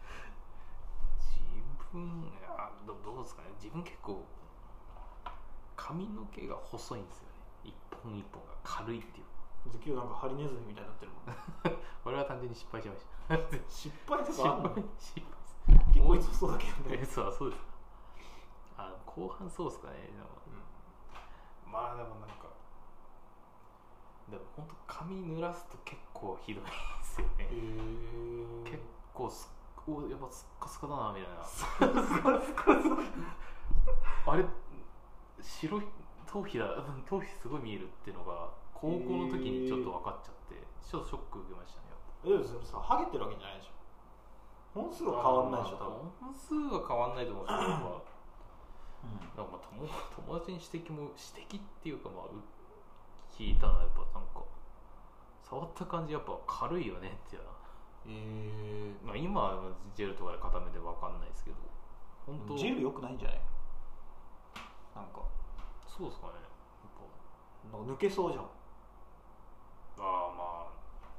自分あ ど, どうですかね。自分結構髪の毛が細いんですよね。一本一本が軽いっていう。 今日なんかハリネズミみたいになってるもん。 これは単純に失敗しました。 失敗とかあんの？ 失敗結構いつそうだけどね。 そうそうです。あ後半そうですかね。うん、まあでもなんかでも本当髪濡らすと結構ひどいんですよね。へ結構すおやっぱスッカスカだなみたいな。あれ白い頭皮だ頭皮すごい見えるっていうのが高校の時にちょっと分かっちゃってちょっとショック受けましたね。 えでもそれさハゲてるわけじゃないでしょ。本数は変わんないでしょ多分。 本数は変わんないと思うんですけど、まあなんかまあ 友, 友達に指摘も指摘っていうかまあ聞いたのはやっぱなんか触った感じやっぱ軽いよねっていうのは。えー、まあ今はジェルとかで固めて分かんないですけど本当ジェル良くないんじゃない？なんかそうですかね。 なんか抜けそうじゃん。 ああま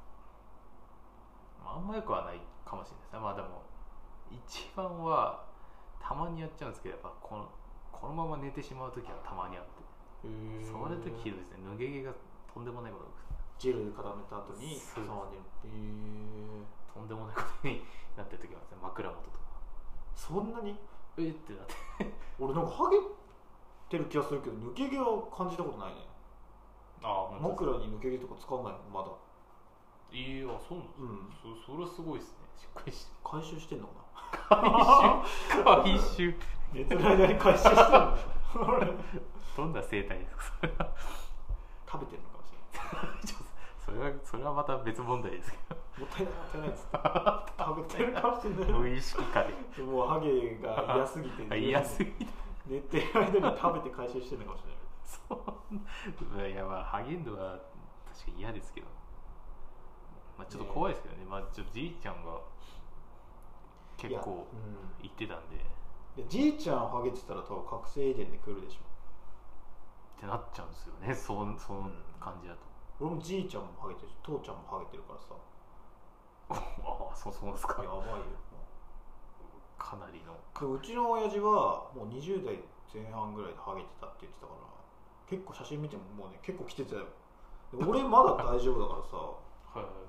あ、まあ、あんまよくはないかもしれないですね。まあでも一番はたまにやっちゃうんですけどやっぱこのこのまま寝てしまう時はたまにあって、へ触る時ひどいですね。脱げ毛がとんでもないことです。 ジェルで固めた後に触ってる。へとんでもないことになってる時もあるんですね。枕元とか。 そんなに？ えってなって俺なんかハゲてる気がするけど抜け毛は感じたことないね。ああ枕に抜け毛とか使わないのまだ。 いやそうなんです、うん、そ, それはすごいですね。しっかりして回収してんのかな。回収寝てる間に回収してんのどんな生態ですかそれは。 食べてるのかもしれないそれはそれはまた別問題ですけど。 もったいないもったいないです食べてるかもしれない。 無意識化でもうハゲが嫌すぎて嫌すぎて寝てる間に食べて回収してるのかもしれない。 そういやまあハゲるのは確かに嫌ですけど、まあ、ちょっと怖いですけどね。まあちょっとじいちゃんが結構言ってたんで、 いやじいちゃんハゲてたら多分覚醒遺伝で来るでしょってなっちゃうんですよね。そうその感じだと、 うん、俺もじいちゃんもハゲてるし父ちゃんもハゲてるからさああそうそうですか。 やばいよかなりの。 うちの親父はもうにじゅう代前半ぐらいでハゲてたって言ってたから結構写真見てももうね結構来てたよ。俺まだ大丈夫だからさはい、はい、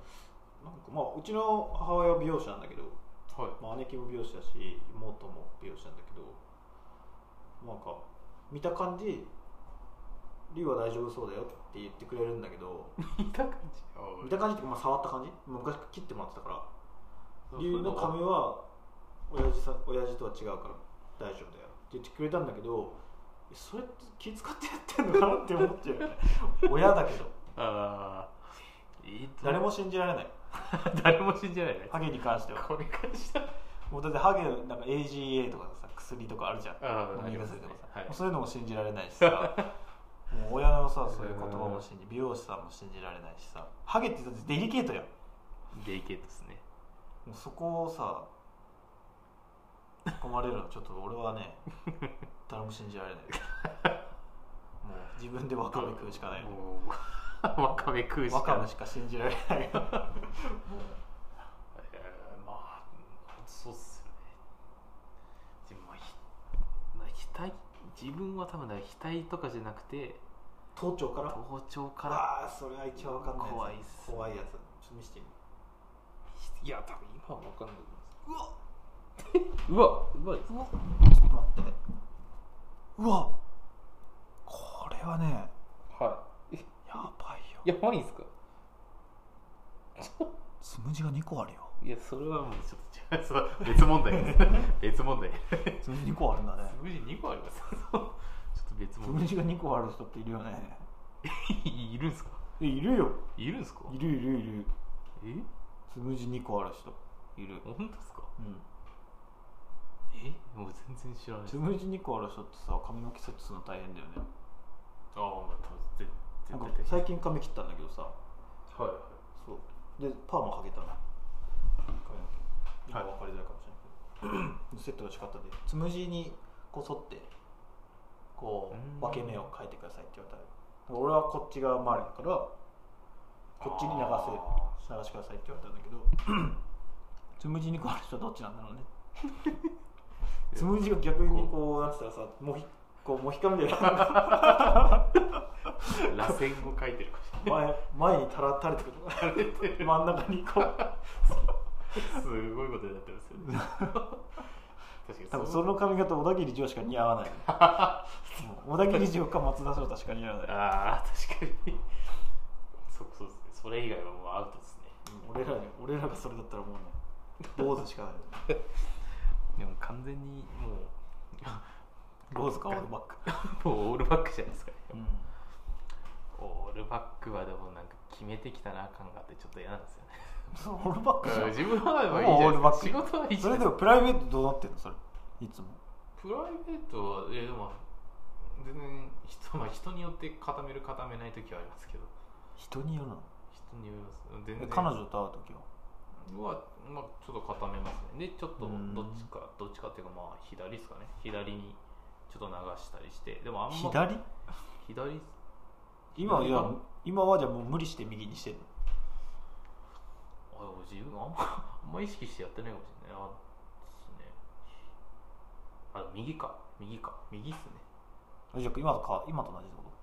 なんかまあうちの母親は美容師なんだけど、はいまあ、姉貴も美容師だし妹も美容師なんだけどなんか見た感じリュウは大丈夫そうだよって言ってくれるんだけど見た感じ見た感じっていうか、まあ、触った感じ昔切ってもらってたからリュウの髪は親父さ親父とは違うから大丈夫だよって言ってくれたんだけどそれって気遣ってやってんのかなって思っちゃうよね親だけどあ誰も信じられない誰も信じられないハゲに関してはこれからしたもうだってハゲなんか エージーエー とかさ薬とかあるじゃん飲み薬とかさ、はい、そういうのも信じられないしさもう親のさそういう言葉も信じ美容師さんも信じられないしさハゲってだってデリケートやん。 デリケートですね。 もうそこをさ込まれるのちょっと俺はね誰も信じられないもう自分でワカメ食うしかないワカメ食うしかないワカメしか信じられないえー、 まあそうっすよね。でも額自分は多分額とかじゃなくて頭頂から頭頂からああそれは一番分かんない怖いっす、 怖いやつちょっと見せてみ見せていや多分今は分かんない。 うわうわうわうわちょっと待ってうわこれはねはいやばいよ。 やばいんすか。 つむじがにこあるよ。 いやそれはもうちょっと違う、そう別問題です別問題つむじにこあるんだね。 つむじにこありますちょっと別つ問題。 むじがにこある人っているよね。 いるんすか。 えいるよ。 いるんすか。 いるいるいる。 えつむじにこある人いる。 本当ですか。 うん。 えもう全然知らない。 つむじにこある人ってさ髪の毛セットするの大変だよね。 ああまあ多分絶なんか対最近髪切ったんだけどさ。 はいはい。 そうでパーマかけたの髪の毛今分かりづらいかもしれないけど、セットが違ったんでつむじにこそってこう分け目を変えてくださいって言われたら俺はこっち側周りだからこっちに流せ流してくださいって言われたんだけどつむじにこある人はどっちなんだろうねつむじが逆にこうなってたらさもひこうモヒカンみたいな螺旋を描いてるかもしれない。 前前に垂ら垂れてくるとか真ん中にこうすごいことになってますよね確かに多分その髪型小田切城しか似合わない小田切城か松田翔太しか似合わない。 ああ確かにそそうですね。それ以外はもうアウトですね、 うん、俺らに俺らがそれだったらもうね坊主しかないでも完全にもう坊主かオールバックもうオールバックじゃないですかね、 うん、 オールバックはでもなんか決めてきたな感があってちょっと嫌なんですよねそうオールバックじゃん。 自分はまあいいじゃないですか。仕事はいいじゃないですか。 それでもプライベートどうなってんのそれいつも。 プライベートはえでも全然人、まあ、人によって固める固めない時はありますけど。 人によるの。 人によります全然。 彼女と会う時はは、まあ、ちょっと固めますね。でちょっとどっちかどっちかっていうかまあ左ですかね。左にちょっと流したりしてでもあんま左左今いや今はじゃあもう無理して右にしてんの。 あ自分あんまあんま意識してやってないかもしれない。あですね。あ右か右か右っすね。 じゃあ今とか今と同じってこと。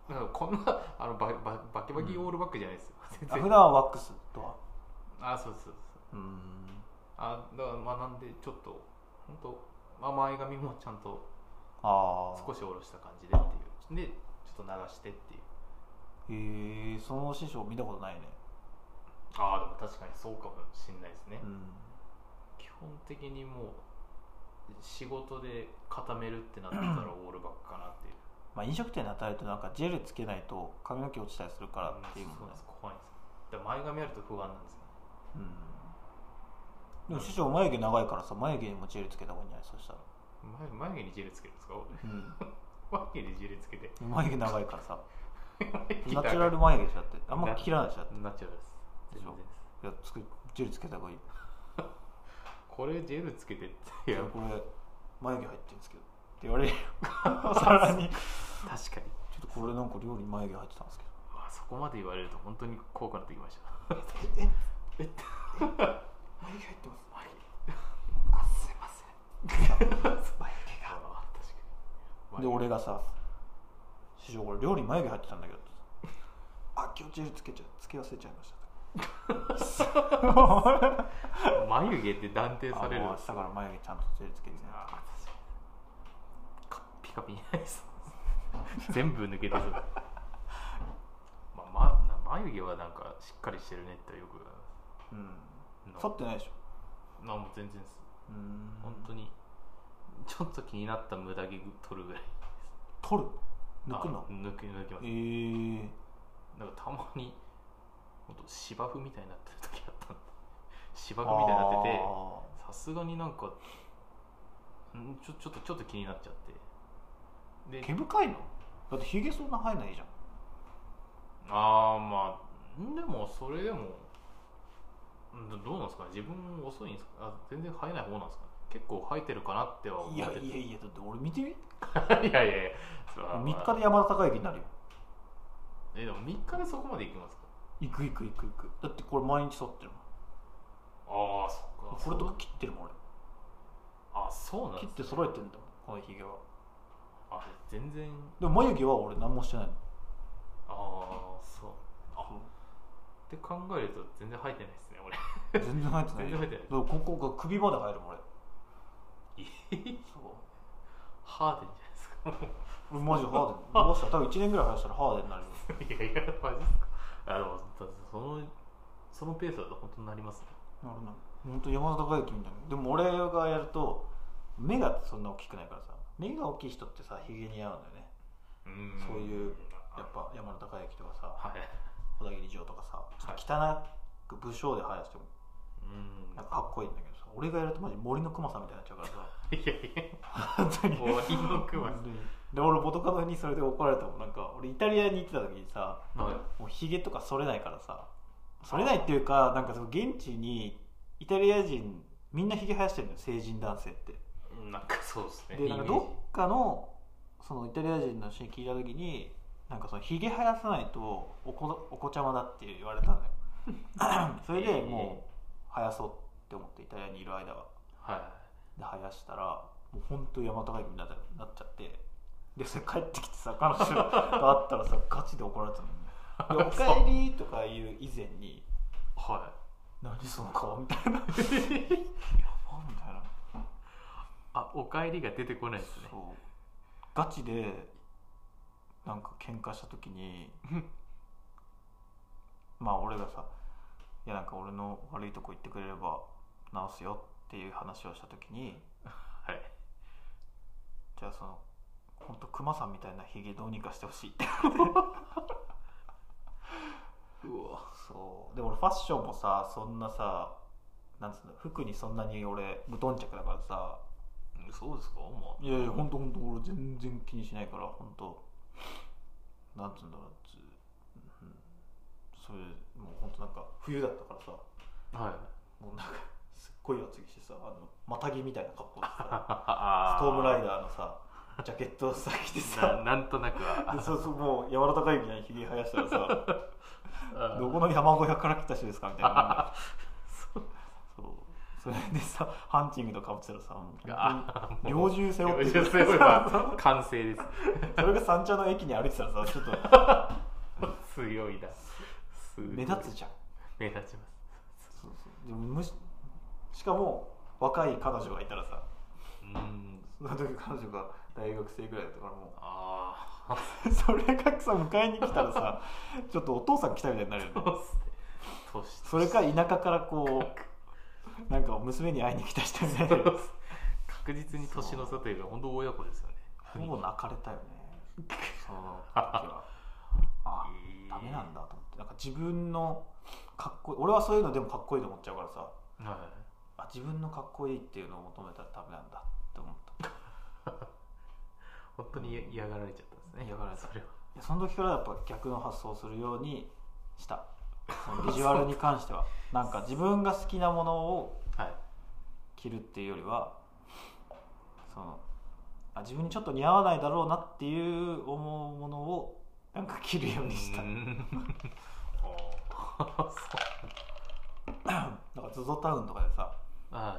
だからこんなあのバババキバキオールバックじゃないですよ、うん、全然。 普段はワックスとは。 あそうそうそう。うんあだから学んでちょっと本当、まあ、前髪もちゃんと少し下ろした感じでっていうでちょっと流してっていう。 へえその師匠見たことないね。 ああでも確かにそうかもしれないですね、うん、基本的にもう仕事で固めるってなったらオールバックかなっていうまあ飲食店で働いてなんかジェルつけないと髪の毛落ちたりするからっていうのね、 うん、怖いんですよ。前髪あると不安なんですよ、 うん、でも師匠眉毛長いからさ眉毛にもジェルつけた方がいいんじゃない。そしたら眉, 眉毛にジェルつけるんですか、うん、眉毛にジェルつけて眉毛長いからさナチュラル眉毛しちゃってあんま切らないでしょ。 ナチュラルです。全然です。 いやつけジェルつけた方がいいこれジェルつけてっていやこれ眉毛入ってるんですけどって言われるさらに確かにちょっとこれなんか料理に眉毛入ってたんですけどあそこまで言われると本当に怖くなってきましたえええ眉毛入ってます眉毛あすいません眉毛が確かにで俺がさ師匠これ料理に眉毛入ってたんだけどあ今日ジェルつけちゃつけ忘れちゃいました眉毛って断定される。 明日から眉毛ちゃんとジェルつけてね。 カッピカピにないです全部抜けてそうまあ、ま、眉毛はなんかしっかりしてるねってよくうん剃ってないでしょ。 まあもう全然です。うん本当にちょっと気になった無駄毛取るぐらいです。 取る抜くの抜き抜きます。 えー、 なんかたまにほんと芝生みたいになってる時あったんで芝生みたいになっててさすがになんかんちょ、ちょっとちょっと気になっちゃってで毛深いのだってひげそんな生えないじゃん。 ああまあでもそれでもどうなんですかね。自分遅いんですか。あ全然生えない方なんですかね。結構生えてるかなっては思ってて。 いやいやいやだって俺見てみいやいやいやみっかで山田孝之になるよ。 えでもみっかでそこまで行きますか。 行く行く行く行く。だってこれ毎日剃ってるもん。ああそっか。 これとか切ってるもん俺。 あそうなんです、ね、 切って揃えてるんだもんこのひげは。 あ全然でも眉毛は俺何もしてないの。 ああそうあって考えると全然生えてないですね俺。 全然生えてない。 全然生えてない。 ここが首まで生えるもん俺。そうハーデンじゃないですか。 マジハーデン。伸ばしたら多分いちねんぐらい生やしたらハーデンになるよ。 いやいやマジですか。あのそのそのペースだと本当になりますね。 なるなる。本当山田孝之みたいな。でも俺がやると目がそんな大きくないからさ。目が大きい人ってさヒゲに合うんだよね。うんそういうやっぱ山田孝之とかさ、はい、小田切城とかさ、ちょっと汚く武将で生やしても、うんなんかかっこいいんだけどさ、俺がやるとマジ森の熊さんみたいになっちゃうからさ。いやいや本当に森の熊さんで俺元カノにそれで怒られたもん。なんか俺イタリアに行ってた時にさ、はい、もうヒゲとか剃れないからさ、剃れないっていうかなんかその現地にイタリア人みんなヒゲ生やしてるのよ、成人男性って。 なんかそうですね。 でなんかどっかのそのイタリア人の人に聞いた時になんかそのヒゲ生やさないとおこ、お子ちゃまだって言われたのよそれでもう生やそうって思ってイタリアにいる間は、はい、で生やしたらもう本当に山高いになっちゃって、でそれ帰ってきてさ彼女があったらさガチで怒られてたのよ。でおかえりとかいう以前にはい何その顔みたいなやばみたいな。 あ、おかえりが出てこないですね。 そうガチでなんか喧嘩した時にまあ俺がさいやなんか俺の悪いとこ言ってくれれば直すよっていう話をした時にはいじゃあそのほんとクマさんみたいなヒゲどうにかしてほしいってうわそうで俺ファッションもさそんなさなんつうの服にそんなに俺無頓着だからさ。 そうですか、まあ、 いやいや本当本当俺全然気にしないから本当なんつうんだろう、うん、それもう本当なんか冬だったからさ、はい、もうなんかすっごい厚着してさあのマタギみたいな格好でさストームライダーのさジャケットをさ着てさな, なんとなくはそうそうもう柔らかいみたいにひげ生やしたらさどこの山小屋から来た人ですかみたいなそうそうそれでさハンチングとかぶってたらさ猟銃背負って完成ですそれが三茶の駅に歩いてたらさちょっと強いな目立つじゃん。 目立ちますそうそうでもむし、しかも若い彼女がいたらさうんその時彼女が大学生ぐらいだったからもうあそれがさ迎えに来たらさちょっとお父さん来たみたいになるよねそれか田舎からこうなんか娘に会いに来た人みたいな確実に年の差というか本当親子ですよね。 ほぼ泣かれたよねその時はあダメなんだと思ってなんか自分のかっこいい俺はそういうのでもかっこいいと思っちゃうからさ、はい、あ自分のかっこいいっていうのを求めたらダメなんだって思った本当に嫌がられちゃったんですね。 嫌がられたそれは。いやその時からやっぱ逆の発想をするようにしたそのビジュアルに関してはなんか自分が好きなものを着るっていうよりはそのあ自分にちょっと似合わないだろうなっていう思うものをなんか着るようにしたなんか ゾゾ タウンとかでさ、はい、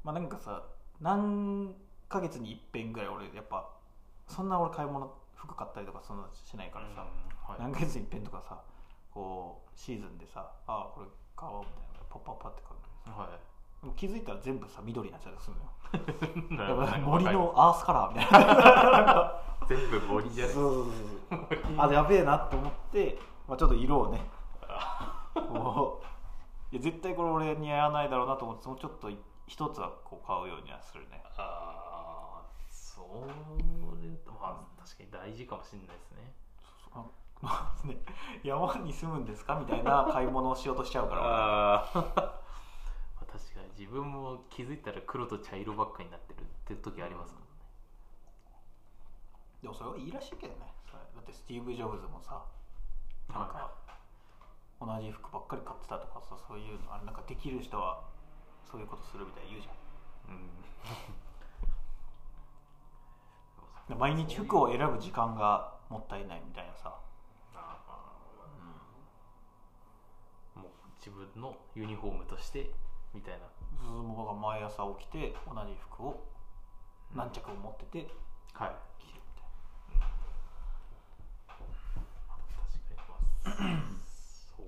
まあなんかさ何ヶ月に一遍ぐらい俺やっぱそんな俺買い物服買ったりとかそんなしないからさ、はい、何ヶ月に一遍とかさこうシーズンでさあこれ買おうみたいなパッパッパって買うの、はい、でも気づいたら全部さ緑になっちゃうとするのよだから森のアースカラーみたいな全部森じゃないそうそうそうあやべえなって思って、まあ、ちょっと色をねこういや絶対これ俺似合わないだろうなと思ってそのちょっと一つはこう買うようにはするね。 ああそういうとまあ確かに大事かもしれないですね。 そうまあね、山に住むんですかみたいな買い物をしようとしちゃうからあ確かに自分も気づいたら黒と茶色ばっかになってるって時ありますもんね。 でもそれはいいらしいけどね。だってスティーブ・ジョブズもさなんか同じ服ばっかり買ってたとかさそういうのあれなんかできる人はそういうことするみたいに言うじゃん、うん、毎日服を選ぶ時間がもったいないみたいなさ自分のユニフォームとしてみたいな僕が毎朝起きて同じ服を何着も持ってて、うん、はい着るみたいな、 うん、確かにまあそうか、まあ、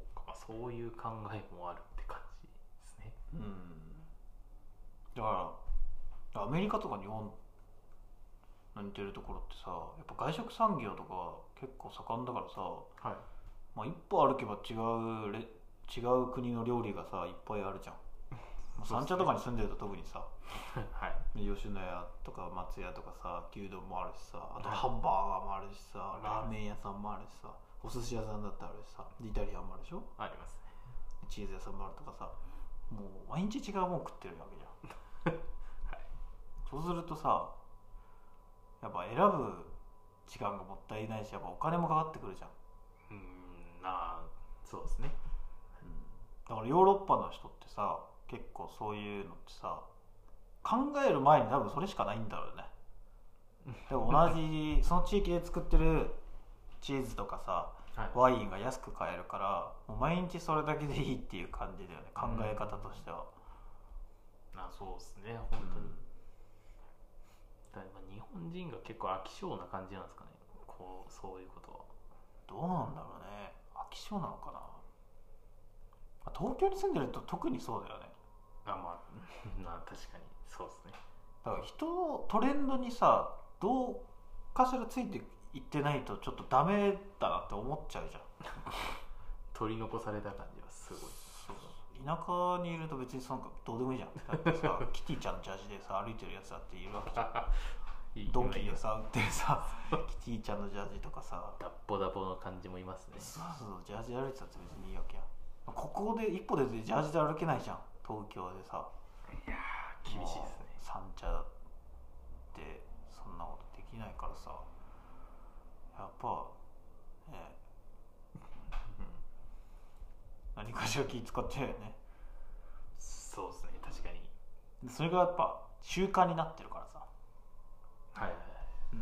そういう考えもあるって感じですね。 うん、だからアメリカとか日本の似てるところってさ、やっぱ外食産業とか結構盛んだからさ、 はい、 まあ、一歩歩けば違うレ違う国の料理がさいっぱいあるじゃん。三茶とかに住んでると特にさ、 はい、 吉野家とか松屋とかさ、牛丼もあるしさ、あとハンバーガーもあるしさ、はい、ラーメン屋さんもあるしさ、お寿司屋さんだってあるしさ、イタリアンもあるでしょ。 ありますね。 チーズ屋さんもあるとかさ、もう毎日違うもん食ってるわけじゃん、はい、そうするとさ、やっぱ選ぶ時間がもったいないし、やっぱお金もかかってくるじゃん。 うーん、まあそうですね、 うん、だからヨーロッパの人ってさ、結構そういうのってさ、考える前に多分それしかないんだろうね。でも同じその地域で作ってるチーズとかさ、はい、ワインが安く買えるから、もう毎日それだけでいいっていう感じだよね、考え方としては。 うん、あ、そうですね、本当に、うん、だから日本人が結構飽き性な感じなんですかね、こうそういうことは。 どうなんだろうね、飽き性なのかな。東京に住んでると特にそうだよね。 あ、まあ、まあ確かにそうですね。 だから人のトレンドにさ、どうかしらついていってないとちょっとダメだなって思っちゃうじゃん。 取り残された感じはすごい。 田舎にいると別になんかどうでもいいじゃん。だってさキティちゃんのジャージでさ歩いてるやつだっているわけじゃん。ドンキでさ売ってるさキティちゃんのジャージとかさ、 ダッポダポの感じもいますね。 そうそう、ジャージ歩いてたって別にいいわけやん。ここで一歩でジャージで歩けないじゃん、東京でさ。 いやー厳しいですね。 三茶ってそんなことできないからさ、やっぱね何かしら気使っちゃうよね。 そうですね、確かに。 それがやっぱ習慣になってるからさ。 はいはいはい、うん、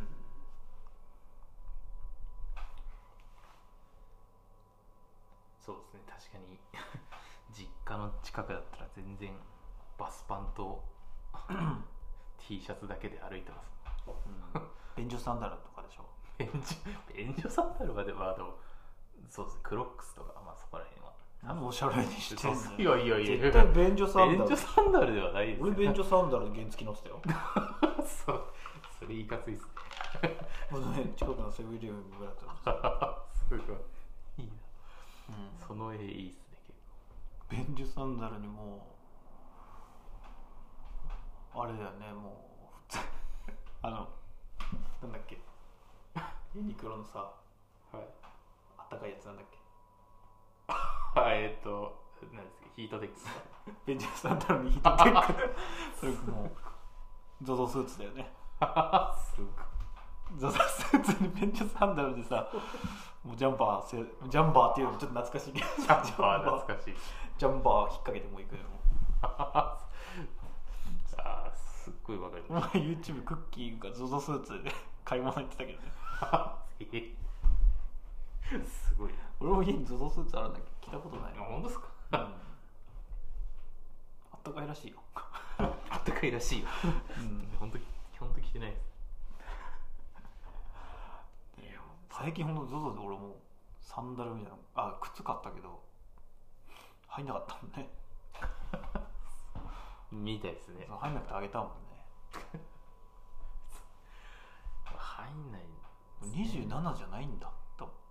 そうですね、確かに実家の近くだったら全然バスパンとT シャツだけで歩いてます、 うん、便所サンダルとかでしょ。 便所便所サンダルはでもあとそうですね、クロックスとか、まあそこら辺は何おしゃれにしてんの。 いやいやいや、 絶対便所サンダル。 便所サンダルではないですよ。 俺便所サンダルで原付乗ってたよ。 そう、それいかついっすね。 俺ね、近くのセブンイレブンぐらいだったらすごいいいな、 うん、 その絵いいっすね。 結構便所サンダルにもうあれだよね、もうあのなんだっけユニクロのさ、はい、あったかいやつなんだっけえっと何ですか、ヒートテックス便所サンダルにヒートテックそれもう ゾゾ スーツだよね。 すごい、 ゾゾスーツに便所サンダルでさ、もうジャンバーせジャンバーっていうのもちょっと懐かしいけど、 ジャンバー懐かしい、 ジャンバー引っ掛けてもいくよ。 ああ、すっごいわかります。 YouTube クッキーが ゾゾ スーツで買い物行ってたけどねえすごいな。 俺も家に ゾゾ スーツあるんだけど着たことない。 本当ですか、 うん、あったかいらしいよあったかいらしいよ、うん、本当本当着てないです。 最近ほんと ゾゾ で俺もサンダルみたいな、あ、靴買ったけど入んなかったもんねみたいですね。 入んなくてあげたもんね入んない、ね、 にじゅうななじゃないんだって思った。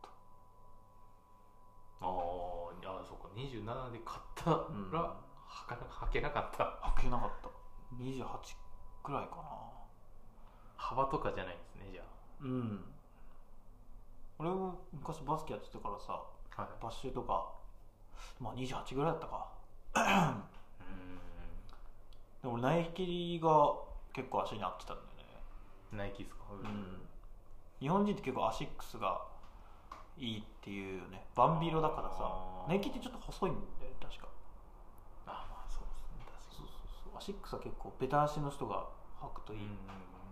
ああ、そうか、にじゅうななで買ったら、うん、はか履けなかった。 履けなかった。にじゅうはちくらいかな。 幅とかじゃないんですね、じゃあ。 うん、俺も昔バスケやってたからさ、はい、バッシュとかまあにじゅうはちぐらいだったかうんでもナイキが結構足に合ってたんだよね。 ナイキですか、 うん、日本人って結構アシックスがいいっていうよね。バンビロだからさ、ナイキってちょっと細いんだよ確か。 あ、まあそうですね、確かに。 そうそうそう、アシックスは結構ベタ足の人が履くといい。うんうんうん、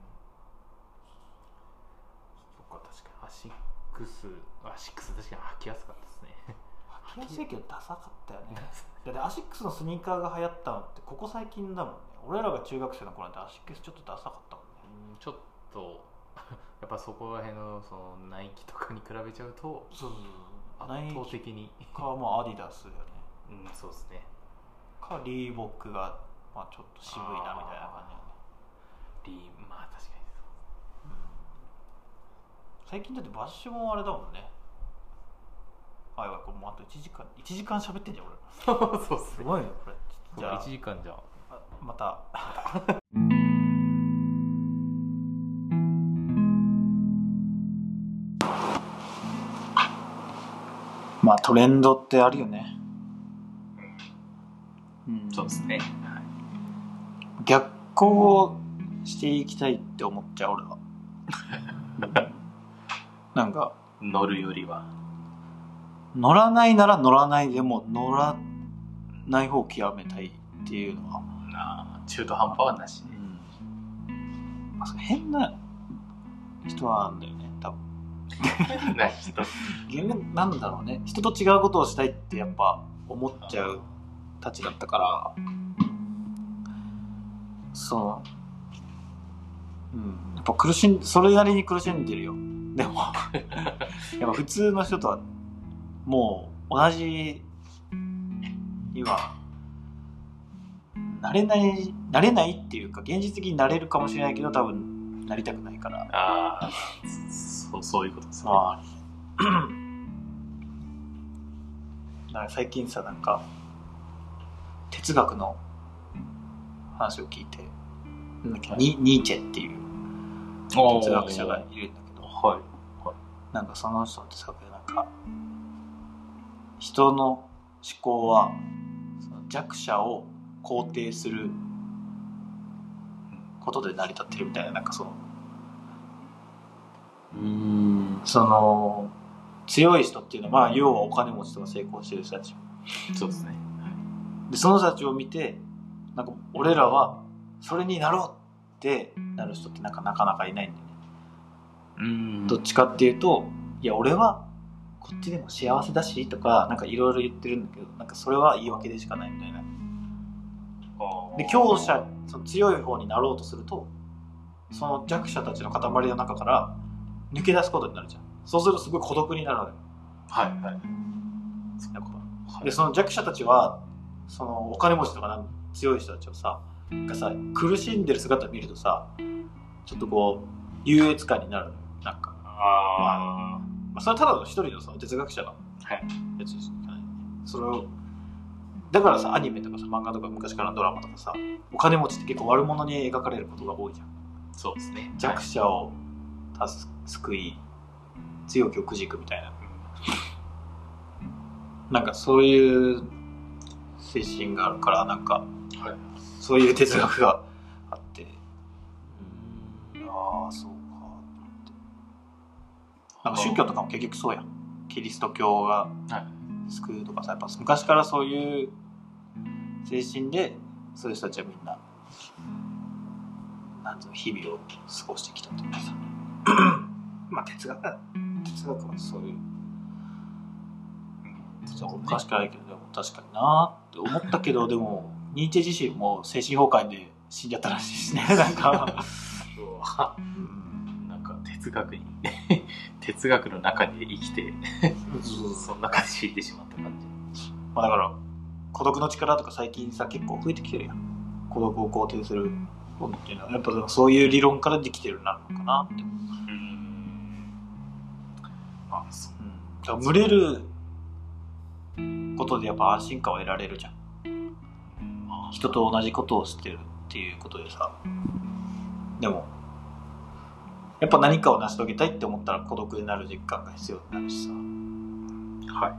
そっか、確かにアシックスアシックス確かに履きやすかったですね。 履きやすいけどダサかったよねだってアシックスのスニーカーが流行ったのってここ最近だもんね。俺らが中学生の頃なんてアシックスちょっとダサかったもんね。 うん、ちょっとやっぱそこら辺のそのナイキとかに比べちゃうと、 そうそうそう、 圧倒的にかもうアディダスだよね。 うんそうですね。 かリーボックが、まあ、ちょっと渋いなみたいな感じだよね。 リーまあ確かにそう、 うん、最近だってバッシュもあれだもんね。あいわこれもうあといちじかんいちじかん喋ってんじゃん俺そうっすね。 すごいねこれ。 じゃあいちじかんじゃん。 またまあトレンドってあるよね。 うん、そうですね、はい、 逆行していきたいって思っちゃう俺はなんか乗るよりは乗らないなら乗らないでも乗らない方を極めたいっていうのはあ中途半端はなし、 うんまあ、変な人なんだよね多分変な人なんだろうね、人と違うことをしたいってやっぱ思っちゃうたちだったからそう、うん、やっぱ苦しんそれなりに苦しんでるよ。でもやっぱ普通の人とはもう同じにはなれないなれないっていうか現実的になれるかもしれないけど多分なりたくないから。 ああそうそういうことですね。 まあなんか最近さなんか哲学の話を聞いてなんだっけ、はい、ニ, ニーチェっていう哲学者がいるんだけど、 はいはい、 なんかその人ってさなんか人の思考はその弱者を肯定することで成り立ってるみたいな、なんかそのうーんその強い人っていうのは、まあ、要はお金持ちとか成功してる人たち、 そうですね、 でその人たちを見てなんか俺らはそれになろうってなる人ってなんかなかなかいないんだよね。 うーんどっちかっていうといや俺はこっちでも幸せだしとかなんかいろいろ言ってるんだけどなんかそれは言い訳でしかないみたいな。で強者その強い方になろうとするとその弱者たちの塊の中から抜け出すことになるじゃん。そうするとすごい孤独になるのよ。 はいはい。やっぱでその弱者たちはそのお金持ちとか強い人たちをさがさ苦しんでる姿を見るとさちょっとこう優越感になるのよ。なんかあ、まあ、それはただの一人のその哲学者のやつですね、はい、それをだからさアニメとかさ漫画とか昔からのドラマとかさお金持ちって結構悪者に描かれることが多いじゃん。 そうですね。 弱者を救い強きをくじくみたいな、なんかそういう精神があるからなんか、はい、そういう哲学があって、うーんああそうかってなんか宗教とかも結局そうやん。キリスト教が救うとかさやっぱ昔からそういう精神でそういう人たちはみんななんていうの日々を過ごしてきたというかさまあ哲学哲学はそういう、うん、おかしくないけどでも確かになって思ったけどでもニーチェ自身も精神崩壊で死んじゃったらしいしねなんかそう、うん、なんか哲学に哲学の中で生きてそんな感じで死んでしまった感じ、 まあ、だから孤独の力とか最近さ結構増えてきてるやん。孤独を肯定するものっていうのはやっぱそういう理論からできてるなのかなって。ああそう、うん、だから群れることでやっぱ安心感を得られるじゃん。人と同じことをしてるっていうことでさ。でもやっぱ何かを成し遂げたいって思ったら孤独になる実感が必要になるしさ。はい。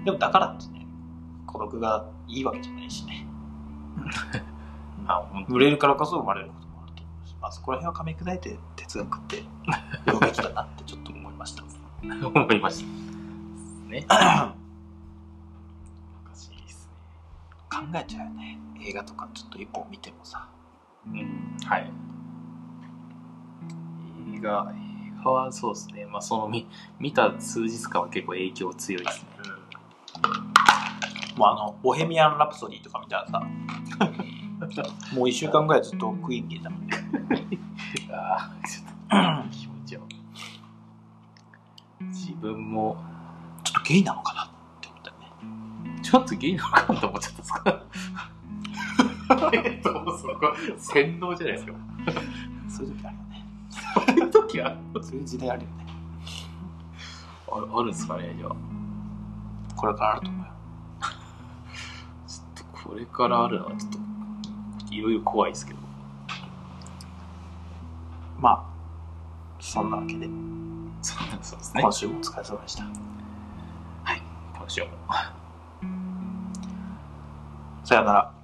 でもだからってね孤独がいいわけじゃないしねまあ群れるからこそ生まれることもあると思うし、まあ、そこら辺は噛み砕いて哲学って言うべきだなってちょっと思いました思いましたね難しいですね。考えちゃうよね。映画とかちょっと一本見てもさ、 うん、はい映画映画はそうですね。まあその 見, 見た数日間は結構影響強いですね、 うん、もうあのボヘミアン・ラプソディとか見たらさもういっしゅうかんぐらいずっとクイーンでたもんねああちょっと気持ちよ自分もちょっとゲイなのかなって思ったよね。 ちょっとゲイなのかなと思っちゃったんですかえっとそこ洗脳じゃないですかそういう時あるよね。 そういう時あるそういう時代あるよね。 あるあるんですかね。じゃあこれからあると思うよ。 ちょっとこれからあるのはちょっといろいろ怖いですけど、 まあそんなわけでそうそうですね。 今週もお疲れ様でした。 はい、今週もさよなら。